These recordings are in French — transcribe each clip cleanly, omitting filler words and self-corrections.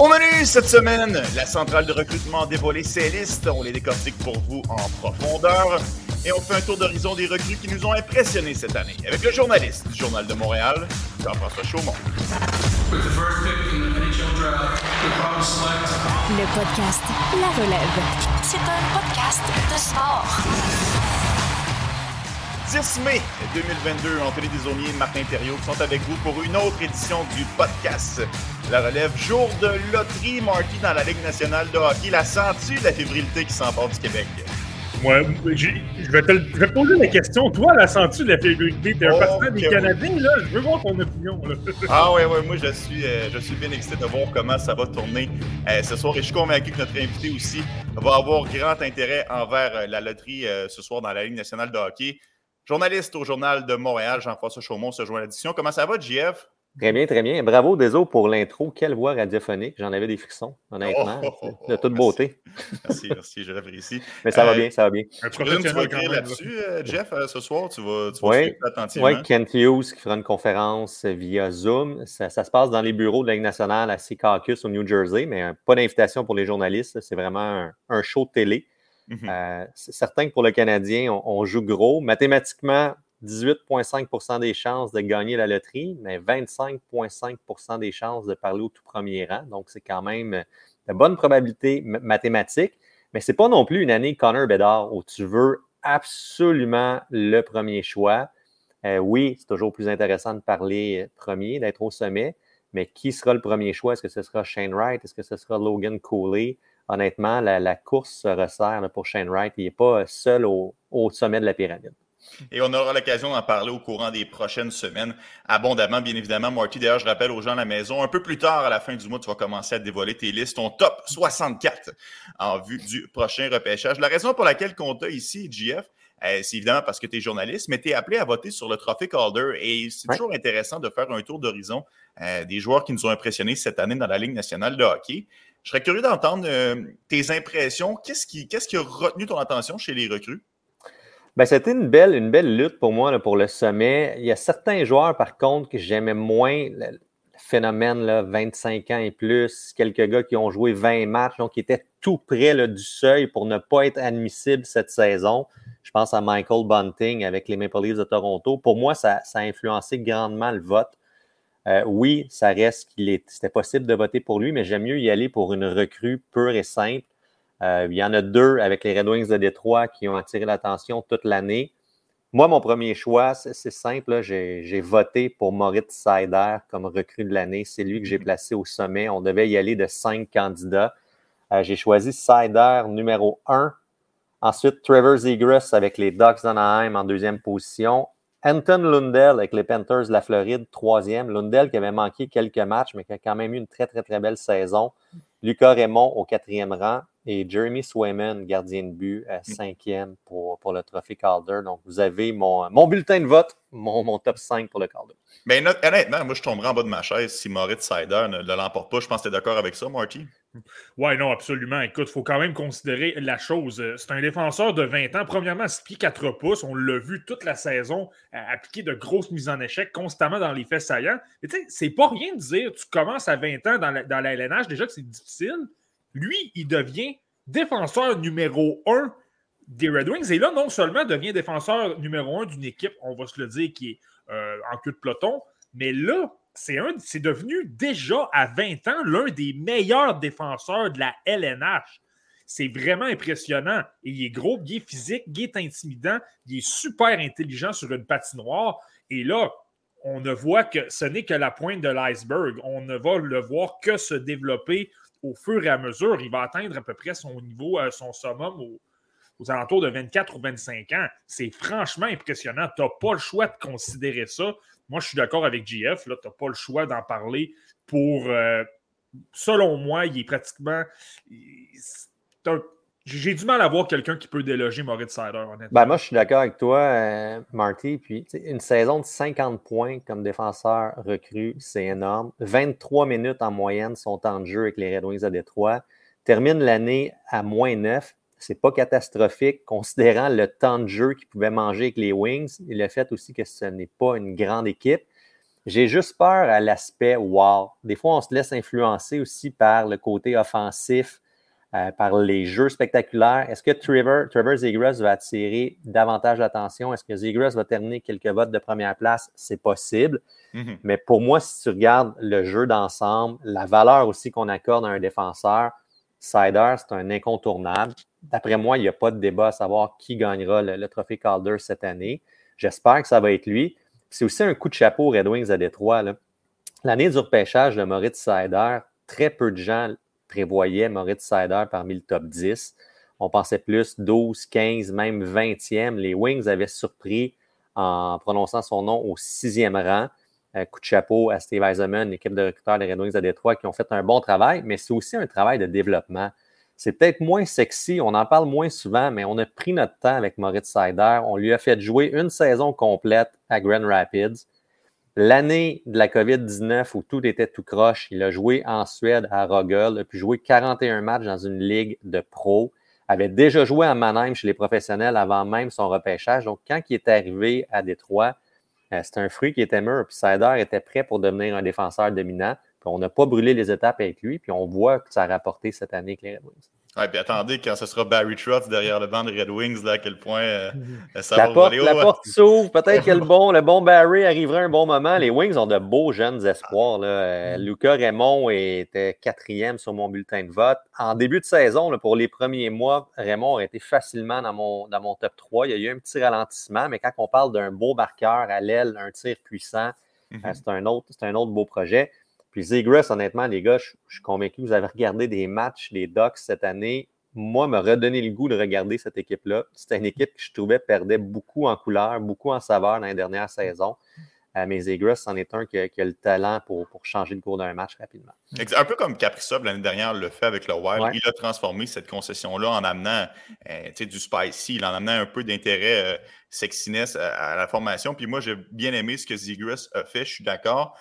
Au menu cette semaine, la centrale de recrutement a dévoilé ses listes. On les décortique pour vous en profondeur. Et on fait un tour d'horizon des recrues qui nous ont impressionnés cette année. Avec le journaliste du Journal de Montréal, Jean-François Chaumont. Le podcast La Relève. C'est un podcast de sport. 10 mai 2022, Anthony Desaulniers et Martin Thériault sont avec vous pour une autre édition du podcast La Relève. Jour de loterie, Marty, dans la Ligue nationale de hockey. La sens-tu, la fébrilité qui s'empare du Québec? Ouais, je vais te poser la question. Toi, la sens-tu de la fébrilité? T'es un partisan des Canadiens, là? Je veux voir ton opinion, là. Ah ouais, moi je suis bien excité de voir comment ça va tourner ce soir. Et je suis convaincu que notre invité aussi va avoir grand intérêt envers la loterie ce soir dans la Ligue nationale de hockey. Journaliste au Journal de Montréal, Jean-François Chaumont se joint à l'édition. Comment ça va, JF? Très bien, très bien. Bravo, Deso, pour l'intro. Quelle voix radiophonique. J'en avais des frissons, honnêtement. De toute beauté. Merci, je l'apprécie. Mais ça va bien, ça va bien. Tu vas écrire là-dessus, Jeff, ce soir? Tu vas suivre attentivement? Oui, Kent Hughes qui fera une conférence via Zoom. Ça se passe dans les bureaux de la Ligue nationale à Secaucus, au New Jersey, mais pas d'invitation pour les journalistes. C'est vraiment un show de télé. C'est certain que pour le Canadien, on joue gros. Mathématiquement, 18,5 % des chances de gagner la loterie, mais 25,5 % des chances de parler au tout premier rang. Donc, c'est quand même de bonne probabilité mathématique. Mais ce n'est pas non plus une année Connor Bedard où tu veux absolument le premier choix. Oui, c'est toujours plus intéressant de parler premier, d'être au sommet, mais qui sera le premier choix? Est-ce que ce sera Shane Wright? Est-ce que ce sera Logan Cooley? Honnêtement, la course se resserre pour Shane Wright. Il n'est pas seul au sommet de la pyramide. Et on aura l'occasion d'en parler au courant des prochaines semaines abondamment, bien évidemment. Marty, d'ailleurs, je rappelle aux gens à la maison, un peu plus tard, à la fin du mois, tu vas commencer à dévoiler tes listes, ton top 64 en vue du prochain repêchage. La raison pour laquelle on t'a ici, JF, c'est évidemment parce que tu es journaliste, mais tu es appelé à voter sur le trophée Calder et c'est toujours intéressant de faire un tour d'horizon des joueurs qui nous ont impressionnés cette année dans la Ligue nationale de hockey. Je serais curieux d'entendre tes impressions. Qu'est-ce qui a retenu ton attention chez les recrues? Ben, c'était une belle lutte pour moi là, pour le sommet. Il y a certains joueurs, par contre, que j'aimais moins. Le phénomène, là, 25 ans et plus, quelques gars qui ont joué 20 matchs, donc qui étaient tout près là, du seuil pour ne pas être admissibles cette saison. Je pense à Michael Bunting avec les Maple Leafs de Toronto. Pour moi, ça a influencé grandement le vote. Oui, ça reste c'était possible de voter pour lui, mais j'aime mieux y aller pour une recrue pure et simple. Il y en a deux avec les Red Wings de Détroit qui ont attiré l'attention toute l'année. Moi, mon premier choix, c'est simple. Là, j'ai voté pour Moritz Seider comme recrue de l'année. C'est lui que j'ai placé au sommet. On devait y aller de 5 candidats. J'ai choisi Seider numéro 1. Ensuite, Trevor Zegras avec les Ducks d'Anaheim en deuxième position. Anton Lundell avec les Panthers de la Floride, troisième. Lundell qui avait manqué quelques matchs, mais qui a quand même eu une très, très, très belle saison. Lucas Raymond au quatrième rang et Jeremy Swayman, gardien de but, cinquième pour le trophée Calder. Donc, vous avez mon bulletin de vote, mon top 5 pour le Calder. Mais honnêtement, moi, je tomberais en bas de ma chaise si Moritz Seider ne l'emporte pas. Je pense que tu es d'accord avec ça, Marty? Oui, non, absolument. Écoute, il faut quand même considérer la chose. C'est un défenseur de 20 ans. Premièrement, 6 pieds 4 pouces. On l'a vu toute la saison appliquer de grosses mises en échec constamment dans les faits saillants. Mais tu sais, c'est pas rien de dire tu commences à 20 ans dans la LNH, déjà que c'est difficile. Lui, il devient défenseur numéro 1 des Red Wings. Et là, non seulement devient défenseur numéro 1 d'une équipe, on va se le dire, qui est en queue de peloton, mais là, c'est devenu déjà à 20 ans l'un des meilleurs défenseur de la LNH. C'est vraiment impressionnant. Et il est gros, il est physique, il est intimidant, il est super intelligent sur une patinoire. Et là, on ne voit que ce n'est que la pointe de l'iceberg. On ne va le voir que se développer au fur et à mesure. Il va atteindre à peu près son niveau, son summum aux alentours de 24 ou 25 ans. C'est franchement impressionnant. Tu n'as pas le choix de considérer ça. Moi, je suis d'accord avec JF. Tu n'as pas le choix d'en parler pour... selon moi, il est pratiquement... J'ai du mal à voir quelqu'un qui peut déloger Moritz Seider, honnêtement. Ben, moi, je suis d'accord avec toi, Marty. Puis, une saison de 50 points comme défenseur recru, c'est énorme. 23 minutes en moyenne son temps de jeu avec les Red Wings de Détroit. Termine l'année à moins 9. C'est pas catastrophique, considérant le temps de jeu qu'il pouvait manger avec les Wings et le fait aussi que ce n'est pas une grande équipe. J'ai juste peur à l'aspect wow. Des fois, on se laisse influencer aussi par le côté offensif, par les jeux spectaculaires. Est-ce que Trevor Zegras va attirer davantage l'attention? Est-ce que Zegras va terminer quelques votes de première place? C'est possible. Mm-hmm. Mais pour moi, si tu regardes le jeu d'ensemble, la valeur aussi qu'on accorde à un défenseur, Seider, c'est un incontournable. D'après moi, il n'y a pas de débat à savoir qui gagnera le trophée Calder cette année. J'espère que ça va être lui. C'est aussi un coup de chapeau aux Red Wings à Détroit. Là. L'année du repêchage de Moritz Seider, très peu de gens prévoyaient Moritz Seider parmi le top 10. On pensait plus 12, 15, même 20e. Les Wings avaient surpris en prononçant son nom au 6e rang. Coup de chapeau à Steve Yzerman, l'équipe de recruteurs des Red Wings à Détroit qui ont fait un bon travail, mais c'est aussi un travail de développement. C'est peut-être moins sexy, on en parle moins souvent, mais on a pris notre temps avec Moritz Seider. On lui a fait jouer une saison complète à Grand Rapids. L'année de la COVID-19 où tout était tout croche, il a joué en Suède à Rögle, a pu jouer 41 matchs dans une ligue de pro, avait déjà joué à Mannheim chez les professionnels avant même son repêchage. Donc, quand il est arrivé à Détroit, c'était un fruit qui était mûr. Puis Seider était prêt pour devenir un défenseur dominant. Puis on n'a pas brûlé les étapes avec lui. Puis on voit que ça a rapporté cette année avec les Red Wings. Ouais, puis attendez, quand ce sera Barry Trotz derrière le banc des Red Wings, là, à quel point ça va voler haut. La porte s'ouvre. Peut-être que le bon Barry arrivera à un bon moment. Les Wings ont de beaux jeunes espoirs. Là. Lucas Raymond était 4e sur mon bulletin de vote. En début de saison, là, pour les premiers mois, Raymond a été facilement dans mon top 3. Il y a eu un petit ralentissement, mais quand on parle d'un beau marqueur à l'aile, un tir puissant, c'est un autre beau projet. Puis Zegras, honnêtement, les gars, je suis convaincu que vous avez regardé des matchs des Ducks cette année. Moi, me redonner le goût de regarder cette équipe-là. C'était une équipe que je trouvais perdait beaucoup en couleur, beaucoup en saveur dans les dernières saisons. Mais Zegras, c'en est un qui a le talent pour changer le cours d'un match rapidement. Un peu comme Kaprizov l'année dernière le fait avec le Wild. Ouais. Il a transformé cette concession-là en amenant du spicy, en amenant un peu d'intérêt sexiness à la formation. Puis moi, j'ai bien aimé ce que Zegras a fait, je suis d'accord.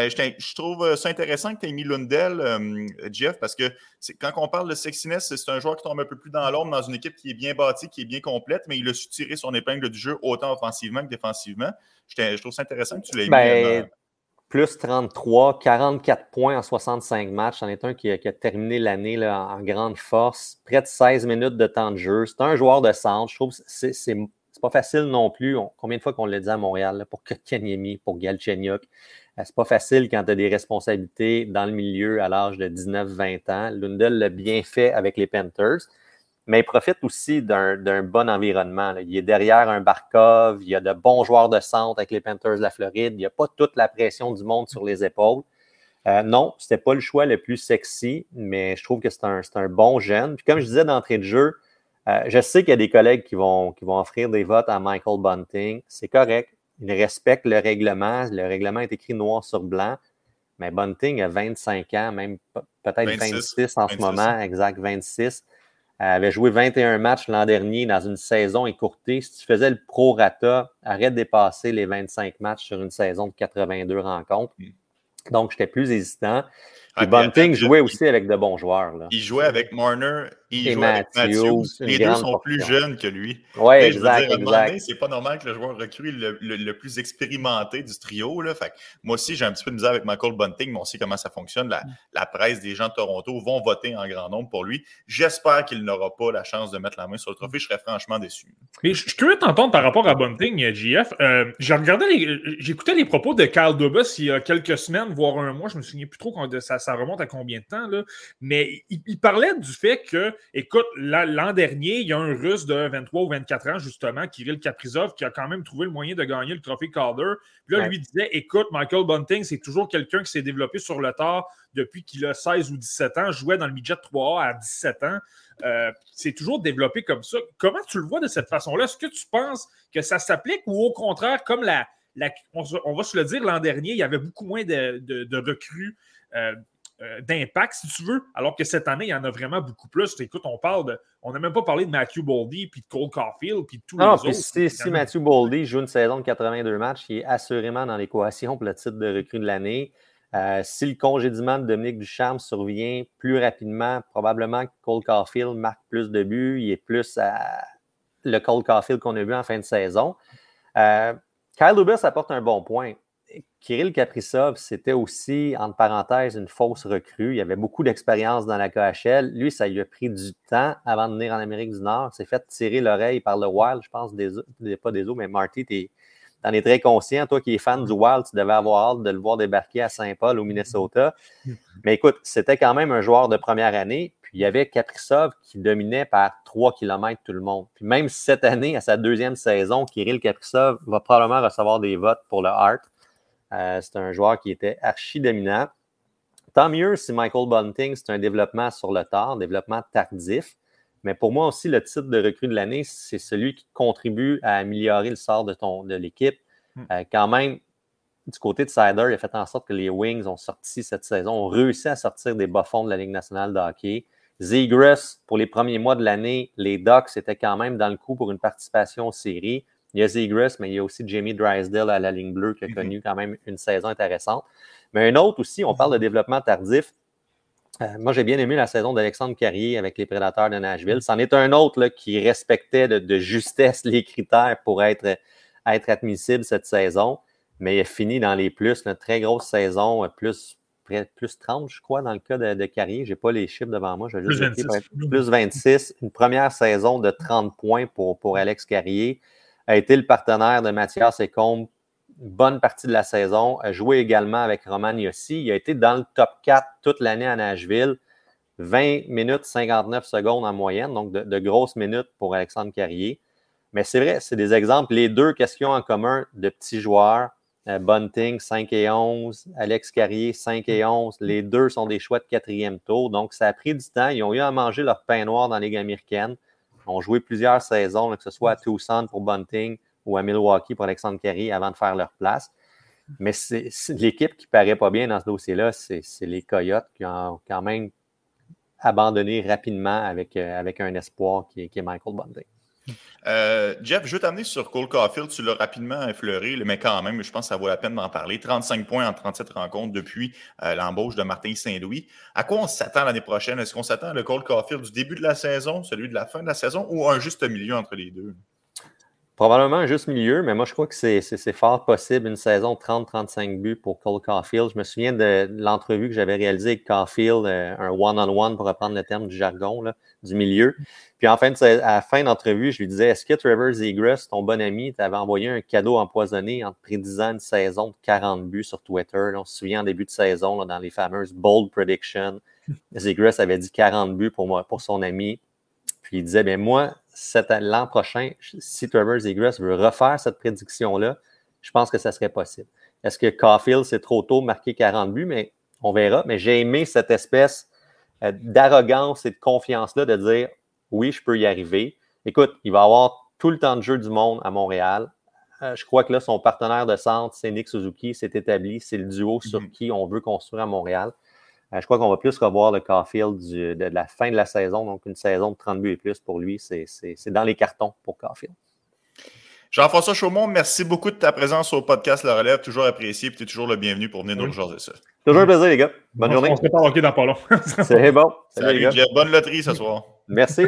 Je trouve ça intéressant que tu aies mis Lundell, Jeff, parce que quand on parle de sexiness, c'est un joueur qui tombe un peu plus dans l'ombre dans une équipe qui est bien bâtie, qui est bien complète, mais il a su tirer son épingle du jeu autant offensivement que défensivement. Je trouve ça intéressant que tu l'aies mis. Plus 33, 44 points en 65 matchs. C'en est un qui a terminé l'année là, en grande force. Près de 16 minutes de temps de jeu. C'est un joueur de centre. Je trouve que c'est pas facile non plus. Combien de fois qu'on l'a dit à Montréal là, pour Kotkaniemi, pour Galchenyuk. C'est pas facile quand tu as des responsabilités dans le milieu à l'âge de 19-20 ans. Lundell l'a bien fait avec les Panthers. Mais il profite aussi d'un bon environnement. Là. Il est derrière un Barkov, il y a de bons joueurs de centre avec les Panthers de la Floride, il n'y a pas toute la pression du monde sur les épaules. Non, ce n'était pas le choix le plus sexy, mais je trouve que c'est un bon jeune. Puis comme je disais d'entrée de jeu, je sais qu'il y a des collègues qui vont offrir des votes à Michael Bunting. C'est correct, ils respectent le règlement. Le règlement est écrit noir sur blanc, mais Bunting a 25 ans, même peut-être 26 en ce moment, exact, 26. Avait joué 21 matchs l'an dernier dans une saison écourtée. Si tu faisais le prorata, arrête de dépasser les 25 matchs sur une saison de 82 rencontres. Donc, j'étais plus hésitant. Et Bunting jouait aussi avec de bons joueurs. Là. Il jouait avec Marner et avec Matthews. Les deux sont plus jeunes que lui. Oui, exact. C'est pas normal que le joueur recru le plus expérimenté du trio. Là. Fait que moi aussi, j'ai un petit peu de misère avec Michael Bunting, mais on sait comment ça fonctionne. La presse des gens de Toronto vont voter en grand nombre pour lui. J'espère qu'il n'aura pas la chance de mettre la main sur le trophée. Je serais franchement déçu. Mais je suis curieux de t'entendre par rapport à Bunting, JF. J'écoutais les propos de Kyle Dubas il y a quelques semaines, voire un mois. Je me souviens plus trop ça remonte à combien de temps. Là. Mais il parlait du fait que, écoute, l'an dernier, il y a un Russe de 23 ou 24 ans, justement, Kirill Kaprizov, qui a quand même trouvé le moyen de gagner le trophée Calder. Puis là, lui disait, écoute, Michael Bunting, c'est toujours quelqu'un qui s'est développé sur le tard depuis qu'il a 16 ou 17 ans, jouait dans le midget 3A à 17 ans. C'est toujours développé comme ça. Comment tu le vois de cette façon-là? Est-ce que tu penses que ça s'applique ou au contraire, comme on va se le dire, l'an dernier, il y avait beaucoup moins de recrues d'impact, si tu veux, alors que cette année, il y en a vraiment beaucoup plus. Écoute, on n'a même pas parlé de Matthew Boldy, puis de Cole Caulfield, puis de tous les autres. Si Matthew Boldy joue une saison de 82 matchs, il est assurément dans l'équation pour le titre de recrue de l'année. Si le congédiement de Dominique Ducharme survient plus rapidement, probablement que Cole Caulfield marque plus de buts. Il est plus le Cole Caulfield qu'on a vu en fin de saison. Kyle Dubas apporte un bon point. Kirill Kaprizov, c'était aussi, entre parenthèses, une fausse recrue. Il avait beaucoup d'expérience dans la KHL. Lui, ça lui a pris du temps avant de venir en Amérique du Nord. Il s'est fait tirer l'oreille par le Wild, je pense, pas des eaux, mais Marty, t'en es très conscient. Toi qui es fan du Wild, tu devais avoir hâte de le voir débarquer à Saint-Paul, au Minnesota. Mais écoute, c'était quand même un joueur de première année. Puis il y avait Kaprizov qui dominait par 3 km tout le monde. Puis même cette année, à sa deuxième saison, Kirill Kaprizov va probablement recevoir des votes pour le Hart. C'est un joueur qui était archi dominant. Tant mieux si Michael Bunting, c'est un développement sur le tard, développement tardif. Mais pour moi aussi, le titre de recrue de l'année, c'est celui qui contribue à améliorer le sort de l'équipe. Quand même, du côté de Sider, il a fait en sorte que les Wings ont sorti cette saison, ont réussi à sortir des bas-fonds de la Ligue nationale de hockey. Zegras, pour les premiers mois de l'année, les Ducks étaient quand même dans le coup pour une participation aux séries. Il y a Zegras, mais il y a aussi Jamie Drysdale à la ligne bleue qui a connu quand même une saison intéressante. Mais un autre aussi, on parle de développement tardif. Moi, j'ai bien aimé la saison d'Alexandre Carrier avec les Prédateurs de Nashville. C'en est un autre là, qui respectait de justesse les critères pour être admissible cette saison. Mais il a fini dans les plus. Une très grosse saison, plus 30, je crois, dans le cas de Carrier. Je n'ai pas les chiffres devant moi. Je vais juste plus 26. Une première saison de 30 points pour Alex Carrier. A été le partenaire de Mathias Ekholm une bonne partie de la saison. A joué également avec Roman Josi. Il a été dans le top 4 toute l'année à Nashville. 20 minutes 59 secondes en moyenne, donc de grosses minutes pour Alexandre Carrier. Mais c'est vrai, c'est des exemples. Les deux questions en commun de petits joueurs. Bunting, 5 et 11. Alex Carrier, 5 et 11. Les deux sont des choix de 4e tour. Donc, ça a pris du temps. Ils ont eu à manger leur pain noir dans la Ligue américaine. Ils ont joué plusieurs saisons, que ce soit à Tucson pour Bunting ou à Milwaukee pour Alexandre Carrier avant de faire leur place. Mais c'est l'équipe qui ne paraît pas bien dans ce dossier-là, c'est les Coyotes qui ont quand même abandonné rapidement avec un espoir qui est Michael Bunting. Jeff, je veux t'amener sur Cole Caulfield. Tu l'as rapidement effleuré, mais quand même, je pense que ça vaut la peine d'en parler. 35 points en 37 rencontres depuis l'embauche de Martin Saint-Louis. À quoi on s'attend l'année prochaine? Est-ce qu'on s'attend à le Cole Caulfield du début de la saison, celui de la fin de la saison, ou un juste milieu entre les deux? Probablement un juste milieu, mais moi, je crois que c'est fort possible une saison 30-35 buts pour Cole Caulfield. Je me souviens de l'entrevue que j'avais réalisée avec Caulfield, un one-on-one pour reprendre le terme du jargon, là, du milieu. Puis à la fin d'entrevue, je lui disais, est-ce que Trevor Zegras, ton bon ami, t'avait envoyé un cadeau empoisonné en te prédisant une saison de 40 buts sur Twitter? Là, on se souvient en début de saison, là, dans les fameuses bold predictions. Zegras avait dit 40 buts pour son ami. Puis il disait, bien moi, l'an prochain, si Trevor Zegras veut refaire cette prédiction-là, je pense que ça serait possible. Est-ce que Caulfield, c'est trop tôt de marquer 40 buts? Mais on verra. Mais j'ai aimé cette espèce d'arrogance et de confiance-là de dire, oui, je peux y arriver. Écoute, il va avoir tout le temps de jeu du monde à Montréal. Je crois que là, son partenaire de centre, c'est Nick Suzuki, c'est établi. C'est le duo sur qui on veut construire à Montréal. Je crois qu'on va plus revoir le Caulfield de la fin de la saison, donc une saison de 30 buts et plus pour lui. C'est dans les cartons pour Caulfield. Jean-François Chaumont, merci beaucoup de ta présence au podcast Le Relève. Toujours apprécié, puis tu es toujours le bienvenu pour venir nous rejaser ça. Toujours un plaisir, les gars. Bonne journée. On se prépare hockey dans pas long. C'est bon. Salut, Jeff. Bonne loterie ce soir. Merci.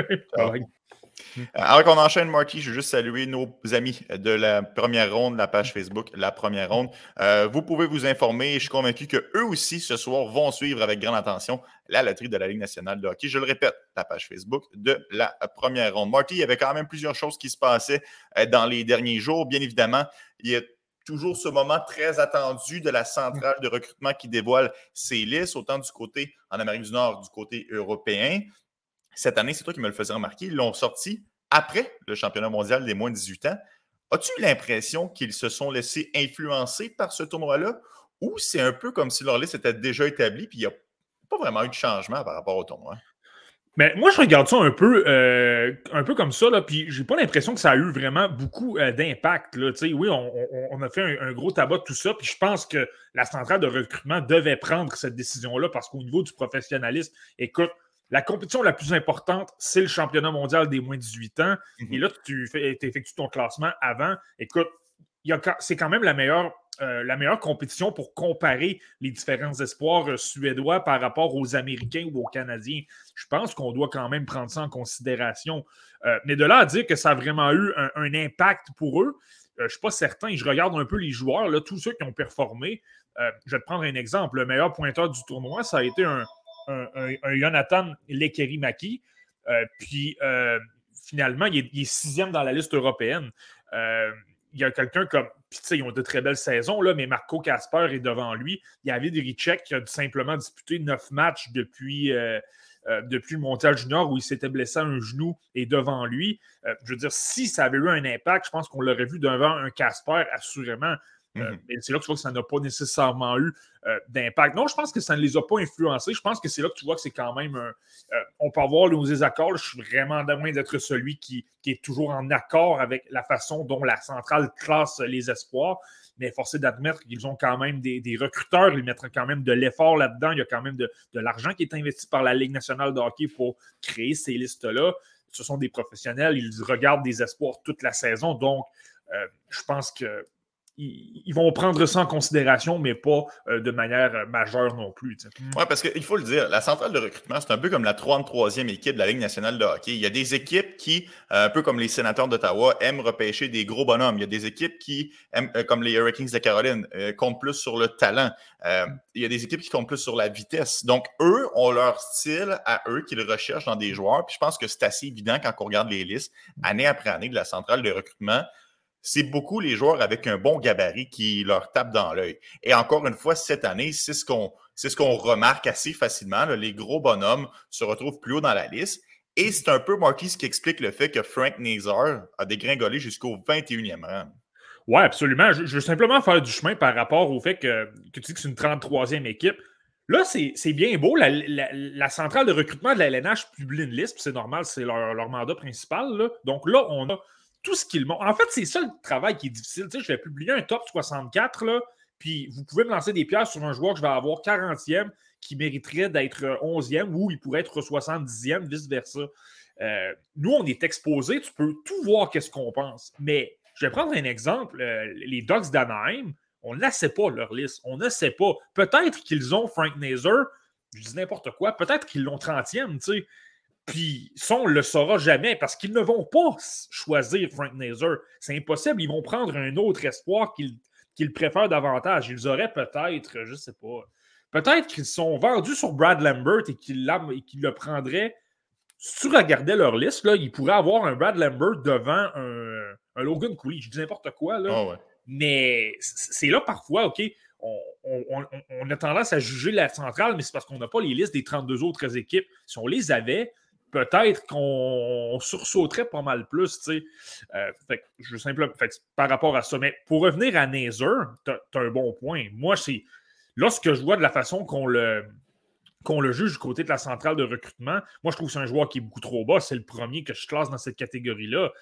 Alors qu'on enchaîne, Marty, je veux juste saluer nos amis de la première ronde, la page Facebook, la première ronde. Vous pouvez vous informer et je suis convaincu qu'eux aussi, ce soir, vont suivre avec grande attention la loterie de la Ligue nationale de hockey. Je le répète, la page Facebook de la première ronde. Marty, il y avait quand même plusieurs choses qui se passaient dans les derniers jours. Bien évidemment, il y a toujours ce moment très attendu de la centrale de recrutement qui dévoile ses listes, autant du côté en Amérique du Nord, du côté européen. Cette année, c'est toi qui me le faisais remarquer, ils l'ont sorti après le championnat mondial des moins de 18 ans. As-tu eu l'impression qu'ils se sont laissés influencer par ce tournoi-là ou c'est un peu comme si leur liste était déjà établie et il n'y a pas vraiment eu de changement par rapport au tournoi? Mais moi, je regarde ça un peu comme ça, là, puis j'ai pas l'impression que ça a eu vraiment beaucoup d'impact. Là. Oui, on a fait un gros tabac de tout ça, puis je pense que la centrale de recrutement devait prendre cette décision-là parce qu'au niveau du professionnalisme, écoute, la compétition la plus importante, c'est le championnat mondial des moins de 18 ans. Et là, tu effectues ton classement avant. Écoute, c'est quand même la meilleure compétition pour comparer les différents espoirs suédois par rapport aux Américains ou aux Canadiens. Je pense qu'on doit quand même prendre ça en considération. Mais de là à dire que ça a vraiment eu un impact pour eux, je ne suis pas certain. Je regarde un peu les joueurs, là, tous ceux qui ont performé. Je vais te prendre un exemple. Le meilleur pointeur du tournoi, ça a été un Jonathan Lekkerimäki. Puis, finalement, il est 6e dans la liste européenne. Il y a quelqu'un comme... Puis, tu sais, ils ont de très belles saisons, là, mais Marco Kasper est devant lui. Il y avait Richek qui a simplement disputé 9 matchs depuis le Mondial Junior où il s'était blessé à un genou et devant lui. Je veux dire, si ça avait eu un impact, je pense qu'on l'aurait vu devant un Kasper, assurément. Mais c'est là que tu vois que ça n'a pas nécessairement eu d'impact. Non, je pense que ça ne les a pas influencés. Je pense que c'est là que tu vois que c'est quand même on peut avoir nos désaccords. Je suis vraiment loin d'être celui qui est toujours en accord avec la façon dont la centrale classe les espoirs. Mais force est d'admettre qu'ils ont quand même des recruteurs. Ils mettent quand même de l'effort là-dedans. Il y a quand même de l'argent qui est investi par la Ligue nationale de hockey pour créer ces listes-là. Ce sont des professionnels. Ils regardent des espoirs toute la saison. Donc, je pense que ils vont prendre ça en considération, mais pas de manière majeure non plus. Oui, parce qu'il faut le dire, la centrale de recrutement, c'est un peu comme la 33e équipe de la Ligue nationale de hockey. Il y a des équipes qui, un peu comme les Sénateurs d'Ottawa, aiment repêcher des gros bonhommes. Il y a des équipes qui, aiment, comme les Hurricanes de Caroline, comptent plus sur le talent. Il y a des équipes qui comptent plus sur la vitesse. Donc, eux ont leur style à eux qu'ils recherchent dans des joueurs. Puis je pense que c'est assez évident quand on regarde les listes, année après année, de la centrale de recrutement. C'est beaucoup les joueurs avec un bon gabarit qui leur tapent dans l'œil. Et encore une fois, cette année, c'est ce qu'on remarque assez facilement. Là, les gros bonhommes se retrouvent plus haut dans la liste. Et c'est un peu, Marty, ce qui explique le fait que Frank Nazar a dégringolé jusqu'au 21e rang. Oui, absolument. Je veux simplement faire du chemin par rapport au fait que tu dis que c'est une 33e équipe. Là, c'est bien beau. La centrale de recrutement de la LNH publie une liste, puis c'est normal, c'est leur mandat principal. Là. Donc là, on a tout ce qu'ils montrent. En fait, c'est ça le travail qui est difficile. Tu sais, je vais publier un top 64, là, puis vous pouvez me lancer des pièces sur un joueur que je vais avoir 40e qui mériterait d'être 11e ou il pourrait être 70e, vice-versa. Nous, on est exposés. Tu peux tout voir qu'est-ce qu'on pense. Mais je vais prendre un exemple. Les Ducks d'Anaheim, on ne sait pas leur liste. On ne sait pas. Peut-être qu'ils ont Frank Nazar. Je dis n'importe quoi. Peut-être qu'ils l'ont 30e, tu sais. Puis ça, on ne le saura jamais parce qu'ils ne vont pas choisir Frank Nazar. C'est impossible. Ils vont prendre un autre espoir qu'ils préfèrent davantage. Ils auraient peut-être, je ne sais pas, peut-être qu'ils sont vendus sur Brad Lambert et qu'ils le prendraient. Si tu regardais leur liste, là, ils pourraient avoir un Brad Lambert devant un Logan Cooley. Je dis n'importe quoi, là. Oh ouais. Mais c'est là parfois, OK, on a tendance à juger la centrale, mais c'est parce qu'on n'a pas les listes des 32 autres équipes. Si on les avait, peut-être qu'on sursauterait pas mal plus, tu sais. Fait que par rapport à ça. Mais pour revenir à Nazar, t'as un bon point. Moi, c'est lorsque je vois de la façon qu'on le juge du côté de la centrale de recrutement, moi, je trouve que c'est un joueur qui est beaucoup trop bas. C'est le premier que je classe dans cette catégorie-là.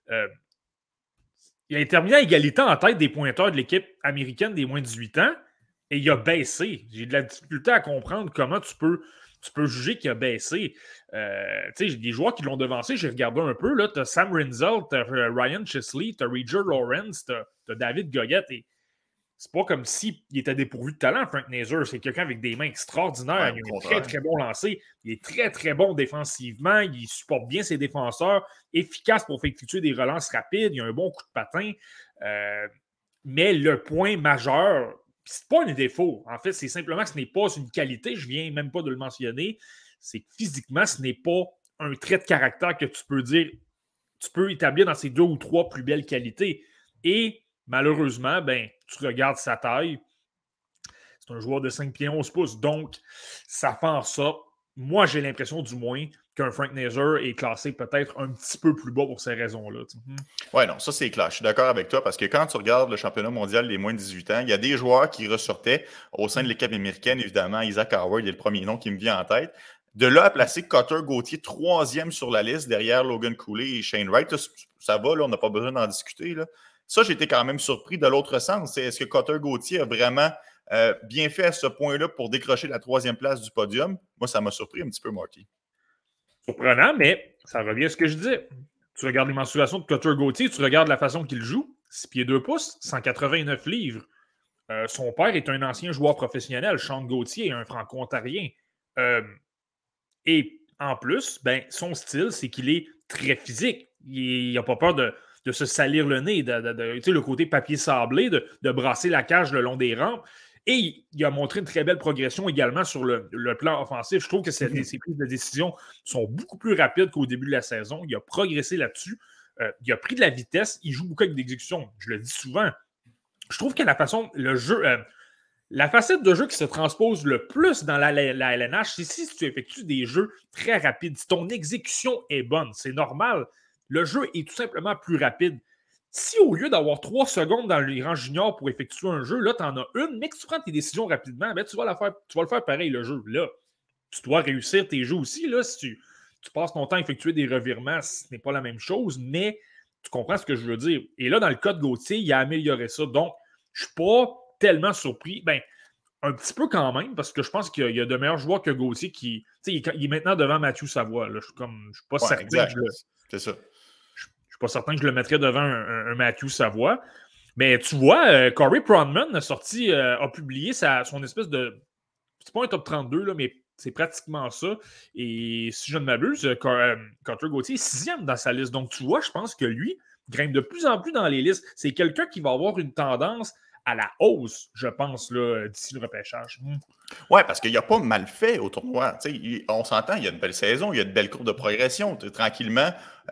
Il a terminé à égalité en tête des pointeurs de l'équipe américaine des moins de 18 ans et il a baissé. J'ai de la difficulté à comprendre comment tu peux juger qu'il a baissé. Tu sais, j'ai des joueurs qui l'ont devancé. J'ai regardé un peu. Tu as Sam Rinzel, tu as Ryan Chesley, tu as Roger Lawrence, tu as David Goyette. Et c'est pas comme s'il était dépourvu de talent, Frank Nazar. C'est quelqu'un avec des mains extraordinaires. Il a un très, très bon lancer. Il est très, très bon défensivement. Il supporte bien ses défenseurs. Efficace pour effectuer des relances rapides. Il a un bon coup de patin. Mais le point majeur, c'est pas un défaut. En fait, c'est simplement que ce n'est pas une qualité. Je viens même pas de le mentionner. C'est que physiquement, ce n'est pas un trait de caractère que tu peux dire, tu peux établir dans ces 2 ou 3 plus belles qualités. Et malheureusement, tu regardes sa taille. C'est un joueur de 5 pieds 11 pouces. Donc, ça fait en sorte, moi, j'ai l'impression du moins qu'un Frank Nazar est classé peut-être un petit peu plus bas pour ces raisons-là. Oui, non, ça c'est clair. Je suis d'accord avec toi parce que quand tu regardes le championnat mondial des moins de 18 ans, il y a des joueurs qui ressortaient au sein de l'équipe américaine. Évidemment, Isaac Howard est le premier nom qui me vient en tête. De là à placer Cutter Gauthier 3e sur la liste derrière Logan Cooley et Shane Wright, ça va, là, on n'a pas besoin d'en discuter. Là. Ça, j'étais quand même surpris de l'autre sens. Est-ce que Cutter Gauthier a vraiment bien fait à ce point-là pour décrocher la 3e place du podium? Moi, ça m'a surpris un petit peu, Marty. Surprenant, mais ça revient à ce que je disais. Tu regardes les mensurations de Cutter Gauthier, tu regardes la façon qu'il joue, 6 pieds 2 pouces, 189 livres. Son père est un ancien joueur professionnel, Sean Gauthier, un franco-ontarien. Et en plus, son style, c'est qu'il est très physique. Il n'a pas peur de de se salir le nez, tu sais, le côté papier sablé, de brasser la cage le long des rampes. Et il a montré une très belle progression également sur le plan offensif. Je trouve que ses prises de décision sont beaucoup plus rapides qu'au début de la saison. Il a progressé là-dessus. Il a pris de la vitesse. Il joue beaucoup avec l'exécution. Je le dis souvent. Je trouve que la facette de jeu qui se transpose le plus dans la LNH, c'est si tu effectues des jeux très rapides. Si ton exécution est bonne, c'est normal. Le jeu est tout simplement plus rapide. Si au lieu d'avoir 3 secondes dans les rangs juniors pour effectuer un jeu, là, tu en as une, mais que tu prends tes décisions rapidement, ben, tu vas le faire pareil, le jeu. Là, tu dois réussir tes jeux aussi. Là, si tu passes ton temps à effectuer des revirements, ce n'est pas la même chose, mais tu comprends ce que je veux dire. Et là, dans le cas de Gauthier, il a amélioré ça. Donc, je ne suis pas tellement surpris. Ben, un petit peu quand même, parce que je pense qu'il y a de meilleurs joueurs que Gauthier qui. Il est maintenant devant Mathieu Savoie. Là. Je ne suis pas certain exact. C'est ça. Je ne suis pas certain que je le mettrais devant un Matthew Savoie. Mais tu vois, Corey Pronman a publié son espèce de... C'est pas un top 32, là, mais c'est pratiquement ça. Et si je ne m'abuse, Carter Gauthier est 6e dans sa liste. Donc tu vois, je pense que lui grimpe de plus en plus dans les listes. C'est quelqu'un qui va avoir une tendance à la hausse, je pense, là, d'ici le repêchage. Oui, parce qu'il n'a pas mal fait au tournoi. On s'entend, il y a une belle saison, il y a de belles courbes de progression. Tranquillement,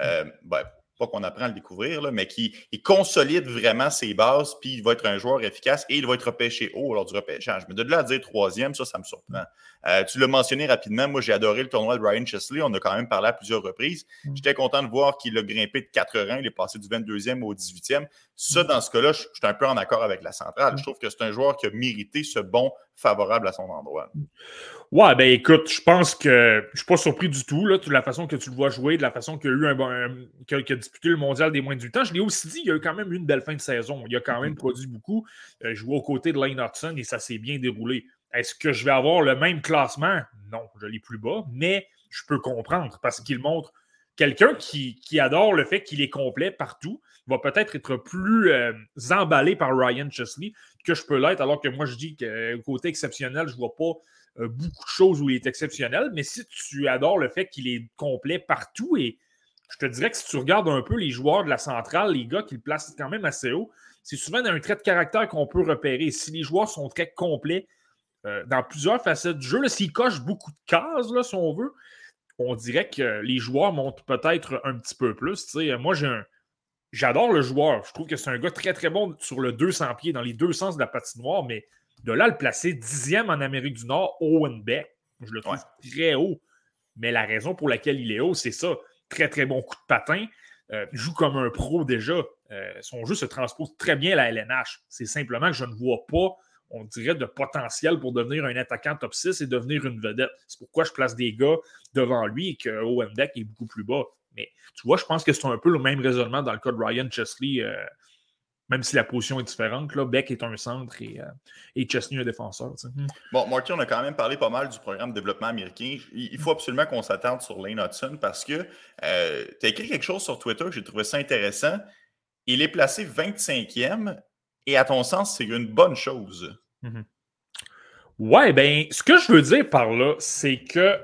pas qu'on apprend à le découvrir, là, mais qui consolide vraiment ses bases, puis il va être un joueur efficace et il va être repêché haut lors du repêchage. Mais de là à dire 3e, ça me surprend. Tu l'as mentionné rapidement, moi j'ai adoré le tournoi de Ryan Chesley, on a quand même parlé à plusieurs reprises. J'étais content de voir qu'il a grimpé de 4 rangs, il est passé du 22e au 18e. Ça, dans ce cas-là, je suis un peu en accord avec la centrale. Je trouve que c'est un joueur qui a mérité ce bond favorable à son endroit. Ouais, ben écoute, je pense que je suis pas surpris du tout, là, de la façon que tu le vois jouer, de la façon qu'il a eu qu'il a disputé le mondial des moins de 18 ans. Je l'ai aussi dit, il a eu quand même eu une belle fin de saison. Il a quand même produit beaucoup. Je jouais aux côtés de Lane Hudson et ça s'est bien déroulé. Est-ce que je vais avoir le même classement? Non, je l'ai plus bas, mais je peux comprendre parce qu'il montre quelqu'un qui adore le fait qu'il est complet partout, va peut-être être plus emballé par Ryan Chesley que je peux l'être, alors que moi je dis que côté exceptionnel, je ne vois pas beaucoup de choses où il est exceptionnel, mais si tu adores le fait qu'il est complet partout, et je te dirais que si tu regardes un peu les joueurs de la centrale, les gars qui le placent quand même assez haut, c'est souvent un trait de caractère qu'on peut repérer. Si les joueurs sont très complets dans plusieurs facettes du jeu, s'ils cochent beaucoup de cases, là, si on veut, on dirait que les joueurs montent peut-être un petit peu plus. T'sais. Moi, j'adore le joueur. Je trouve que c'est un gars très, très bon sur le 200 pieds, dans les deux sens de la patinoire, mais de là, le placer 10e en Amérique du Nord, Owen Beck, je le trouve très haut. Mais la raison pour laquelle il est haut, c'est ça. Très, très bon coup de patin. Joue comme un pro déjà. Son jeu se transpose très bien à la LNH. C'est simplement que je ne vois pas, on dirait, de potentiel pour devenir un attaquant top 6 et devenir une vedette. C'est pourquoi je place des gars devant lui et que Owen Beck est beaucoup plus bas. Mais tu vois, je pense que c'est un peu le même raisonnement dans le cas de Ryan Chesley, même si la position est différente. Là, Beck est un centre et Chesley un défenseur. Bon, Marty, on a quand même parlé pas mal du programme de développement américain. Il faut absolument qu'on s'attarde sur Lane Hudson parce que tu as écrit quelque chose sur Twitter, j'ai trouvé ça intéressant. Il est placé 25e et à ton sens, c'est une bonne chose. Ouais, ben, ce que je veux dire par là, c'est que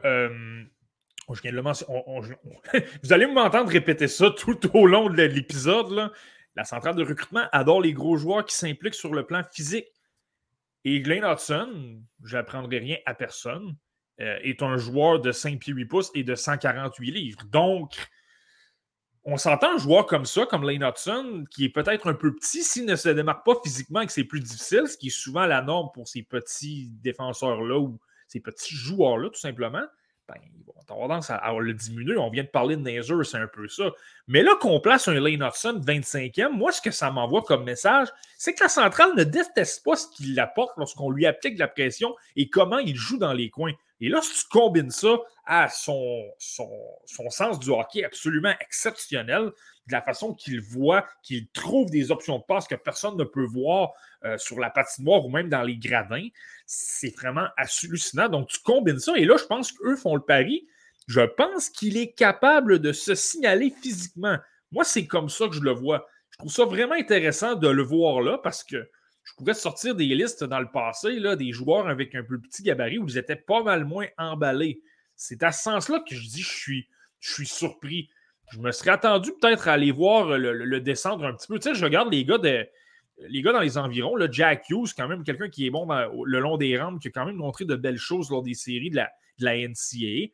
je viens de le mentionner. Vous allez m'entendre répéter ça tout au long de l'épisode. Là. La centrale de recrutement adore les gros joueurs qui s'impliquent sur le plan physique. Et Lane Hudson, je n'apprendrai rien à personne, est un joueur de 5 pieds 8 pouces et de 148 livres. Donc, on s'entend un joueur comme ça, comme Lane Hudson, qui est peut-être un peu petit, s'il ne se démarque pas physiquement et que c'est plus difficile, ce qui est souvent la norme pour ces petits défenseurs-là ou ces petits joueurs-là, tout simplement, ben, ils vont avoir tendance à le diminuer. On vient de parler de Nazer, c'est un peu ça. Mais là qu'on place un Lane Hudson 25e, moi, ce que ça m'envoie comme message, c'est que la centrale ne déteste pas ce qu'il apporte lorsqu'on lui applique de la pression et comment il joue dans les coins. Et là, si tu combines ça à son sens du hockey absolument exceptionnel, de la façon qu'il voit, qu'il trouve des options de passe que personne ne peut voir sur la patinoire ou même dans les gradins, c'est vraiment hallucinant. Donc, tu combines ça et là, je pense qu'eux font le pari. Je pense qu'il est capable de se signaler physiquement. Moi, c'est comme ça que je le vois. Je trouve ça vraiment intéressant de le voir là parce que je pourrais sortir des listes dans le passé, là, des joueurs avec un peu petit gabarit où ils étaient pas mal moins emballés. C'est à ce sens-là que je dis je suis surpris. je me serais attendu peut-être à aller voir le descendre un petit peu. Tu sais, je regarde les gars dans les environs. Là, Jack Hughes, quand même, quelqu'un qui est bon le long des rampes, qui a quand même montré de belles choses lors des séries de la NCAA.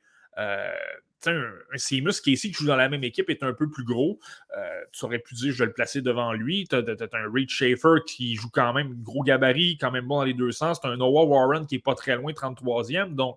Un Seamus Casey qui joue dans la même équipe est un peu plus gros. Tu aurais pu dire je vais le placer devant lui. Tu as un Reed Schaefer qui joue quand même gros gabarit, quand même bon dans les deux sens. Tu as un Noah Warren qui n'est pas très loin, 33e. Donc,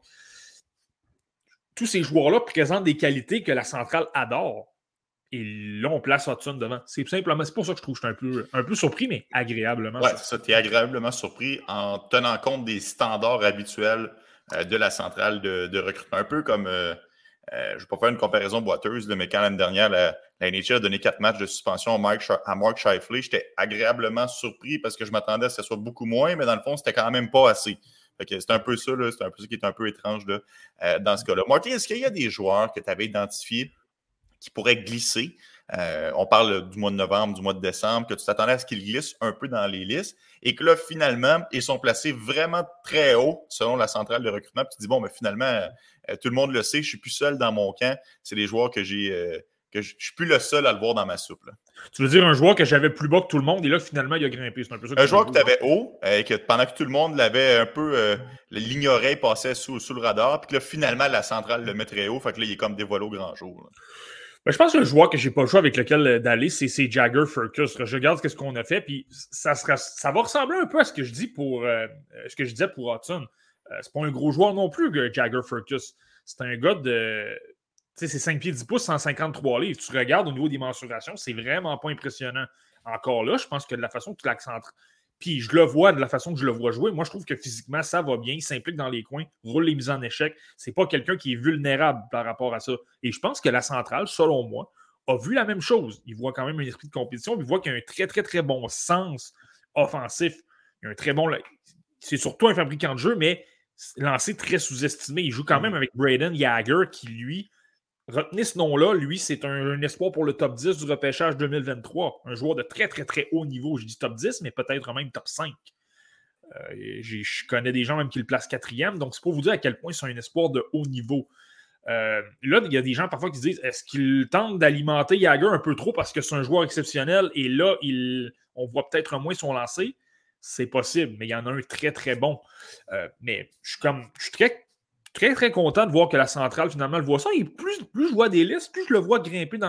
tous ces joueurs-là présentent des qualités que la centrale adore. Et là, on place Hudson devant. C'est pour ça que je trouve que je suis un peu surpris, mais agréablement surpris. C'est ça, tu es agréablement surpris en tenant compte des standards habituels de la centrale de recrutement. Un peu comme, je ne vais pas faire une comparaison boiteuse, mais quand l'année dernière, la NHL a donné 4 matchs de suspension à Mark Scheifele, j'étais agréablement surpris parce que je m'attendais à ce que ce soit beaucoup moins, mais dans le fond, c'était quand même pas assez. C'est un peu ça, là, c'est un peu ça qui est un peu étrange là, dans ce cas-là. Marty, est-ce qu'il y a des joueurs que tu avais identifiés qui pourraient glisser? On parle du mois de novembre, du mois de décembre, que tu t'attendais à ce qu'ils glissent un peu dans les listes et que là, finalement, ils sont placés vraiment très haut selon la centrale de recrutement. Puis tu dis, bon, mais finalement, tout le monde le sait, je ne suis plus seul dans mon camp. C'est des joueurs que je ne suis plus le seul à le voir dans ma soupe. Là. Tu veux dire un joueur que j'avais plus bas que tout le monde et là, finalement, il a grimpé. C'est un peu ça. Un joueur que tu avais haut, que pendant que tout le monde l'avait un peu l'ignorait, il passait sous le radar, puis que là, finalement, la centrale le met très haut. Fait que là, il est comme dévoilé au grand jour. Là. Ben, je pense que le joueur que j'ai pas le choix avec lequel d'aller, c'est Jagger Firkus. Je regarde ce qu'on a fait, puis ça va ressembler un peu à ce que je dis ce que je disais pour Hudson. C'est pas un gros joueur non plus, Jagger Firkus. C'est un gars de. Tu sais, c'est 5 pieds 10 pouces, 153 livres. Tu regardes au niveau des mensurations, c'est vraiment pas impressionnant. Encore là, je pense que de la façon que tu l'accentres. Puis je le vois de la façon que je le vois jouer. Moi, je trouve que physiquement, ça va bien. Il s'implique dans les coins, roule les mises en échec. C'est pas quelqu'un qui est vulnérable par rapport à ça. Et je pense que la centrale, selon moi, a vu la même chose. Il voit quand même un esprit de compétition. Il voit qu'il y a un très, très, très bon sens offensif. Il y a un très bon. C'est surtout un fabricant de jeu, mais lancé très sous-estimé. Il joue quand même avec Braden Yager, qui, lui, retenez ce nom-là, lui, c'est un espoir pour le top 10 du repêchage 2023. Un joueur de très, très, très haut niveau. Je dis top 10, mais peut-être même top 5. Je connais des gens même qui le placent 4e, donc c'est pour vous dire à quel point c'est un espoir de haut niveau. Là, il y a des gens parfois qui se disent est-ce qu'il tente d'alimenter Yager un peu trop parce que c'est un joueur exceptionnel et là, on voit peut-être moins son lancer? C'est possible, mais il y en a un très, très bon. Mais je suis très, très, très content de voir que la centrale, finalement, le voit ça. Et plus je vois des listes, plus je le vois grimper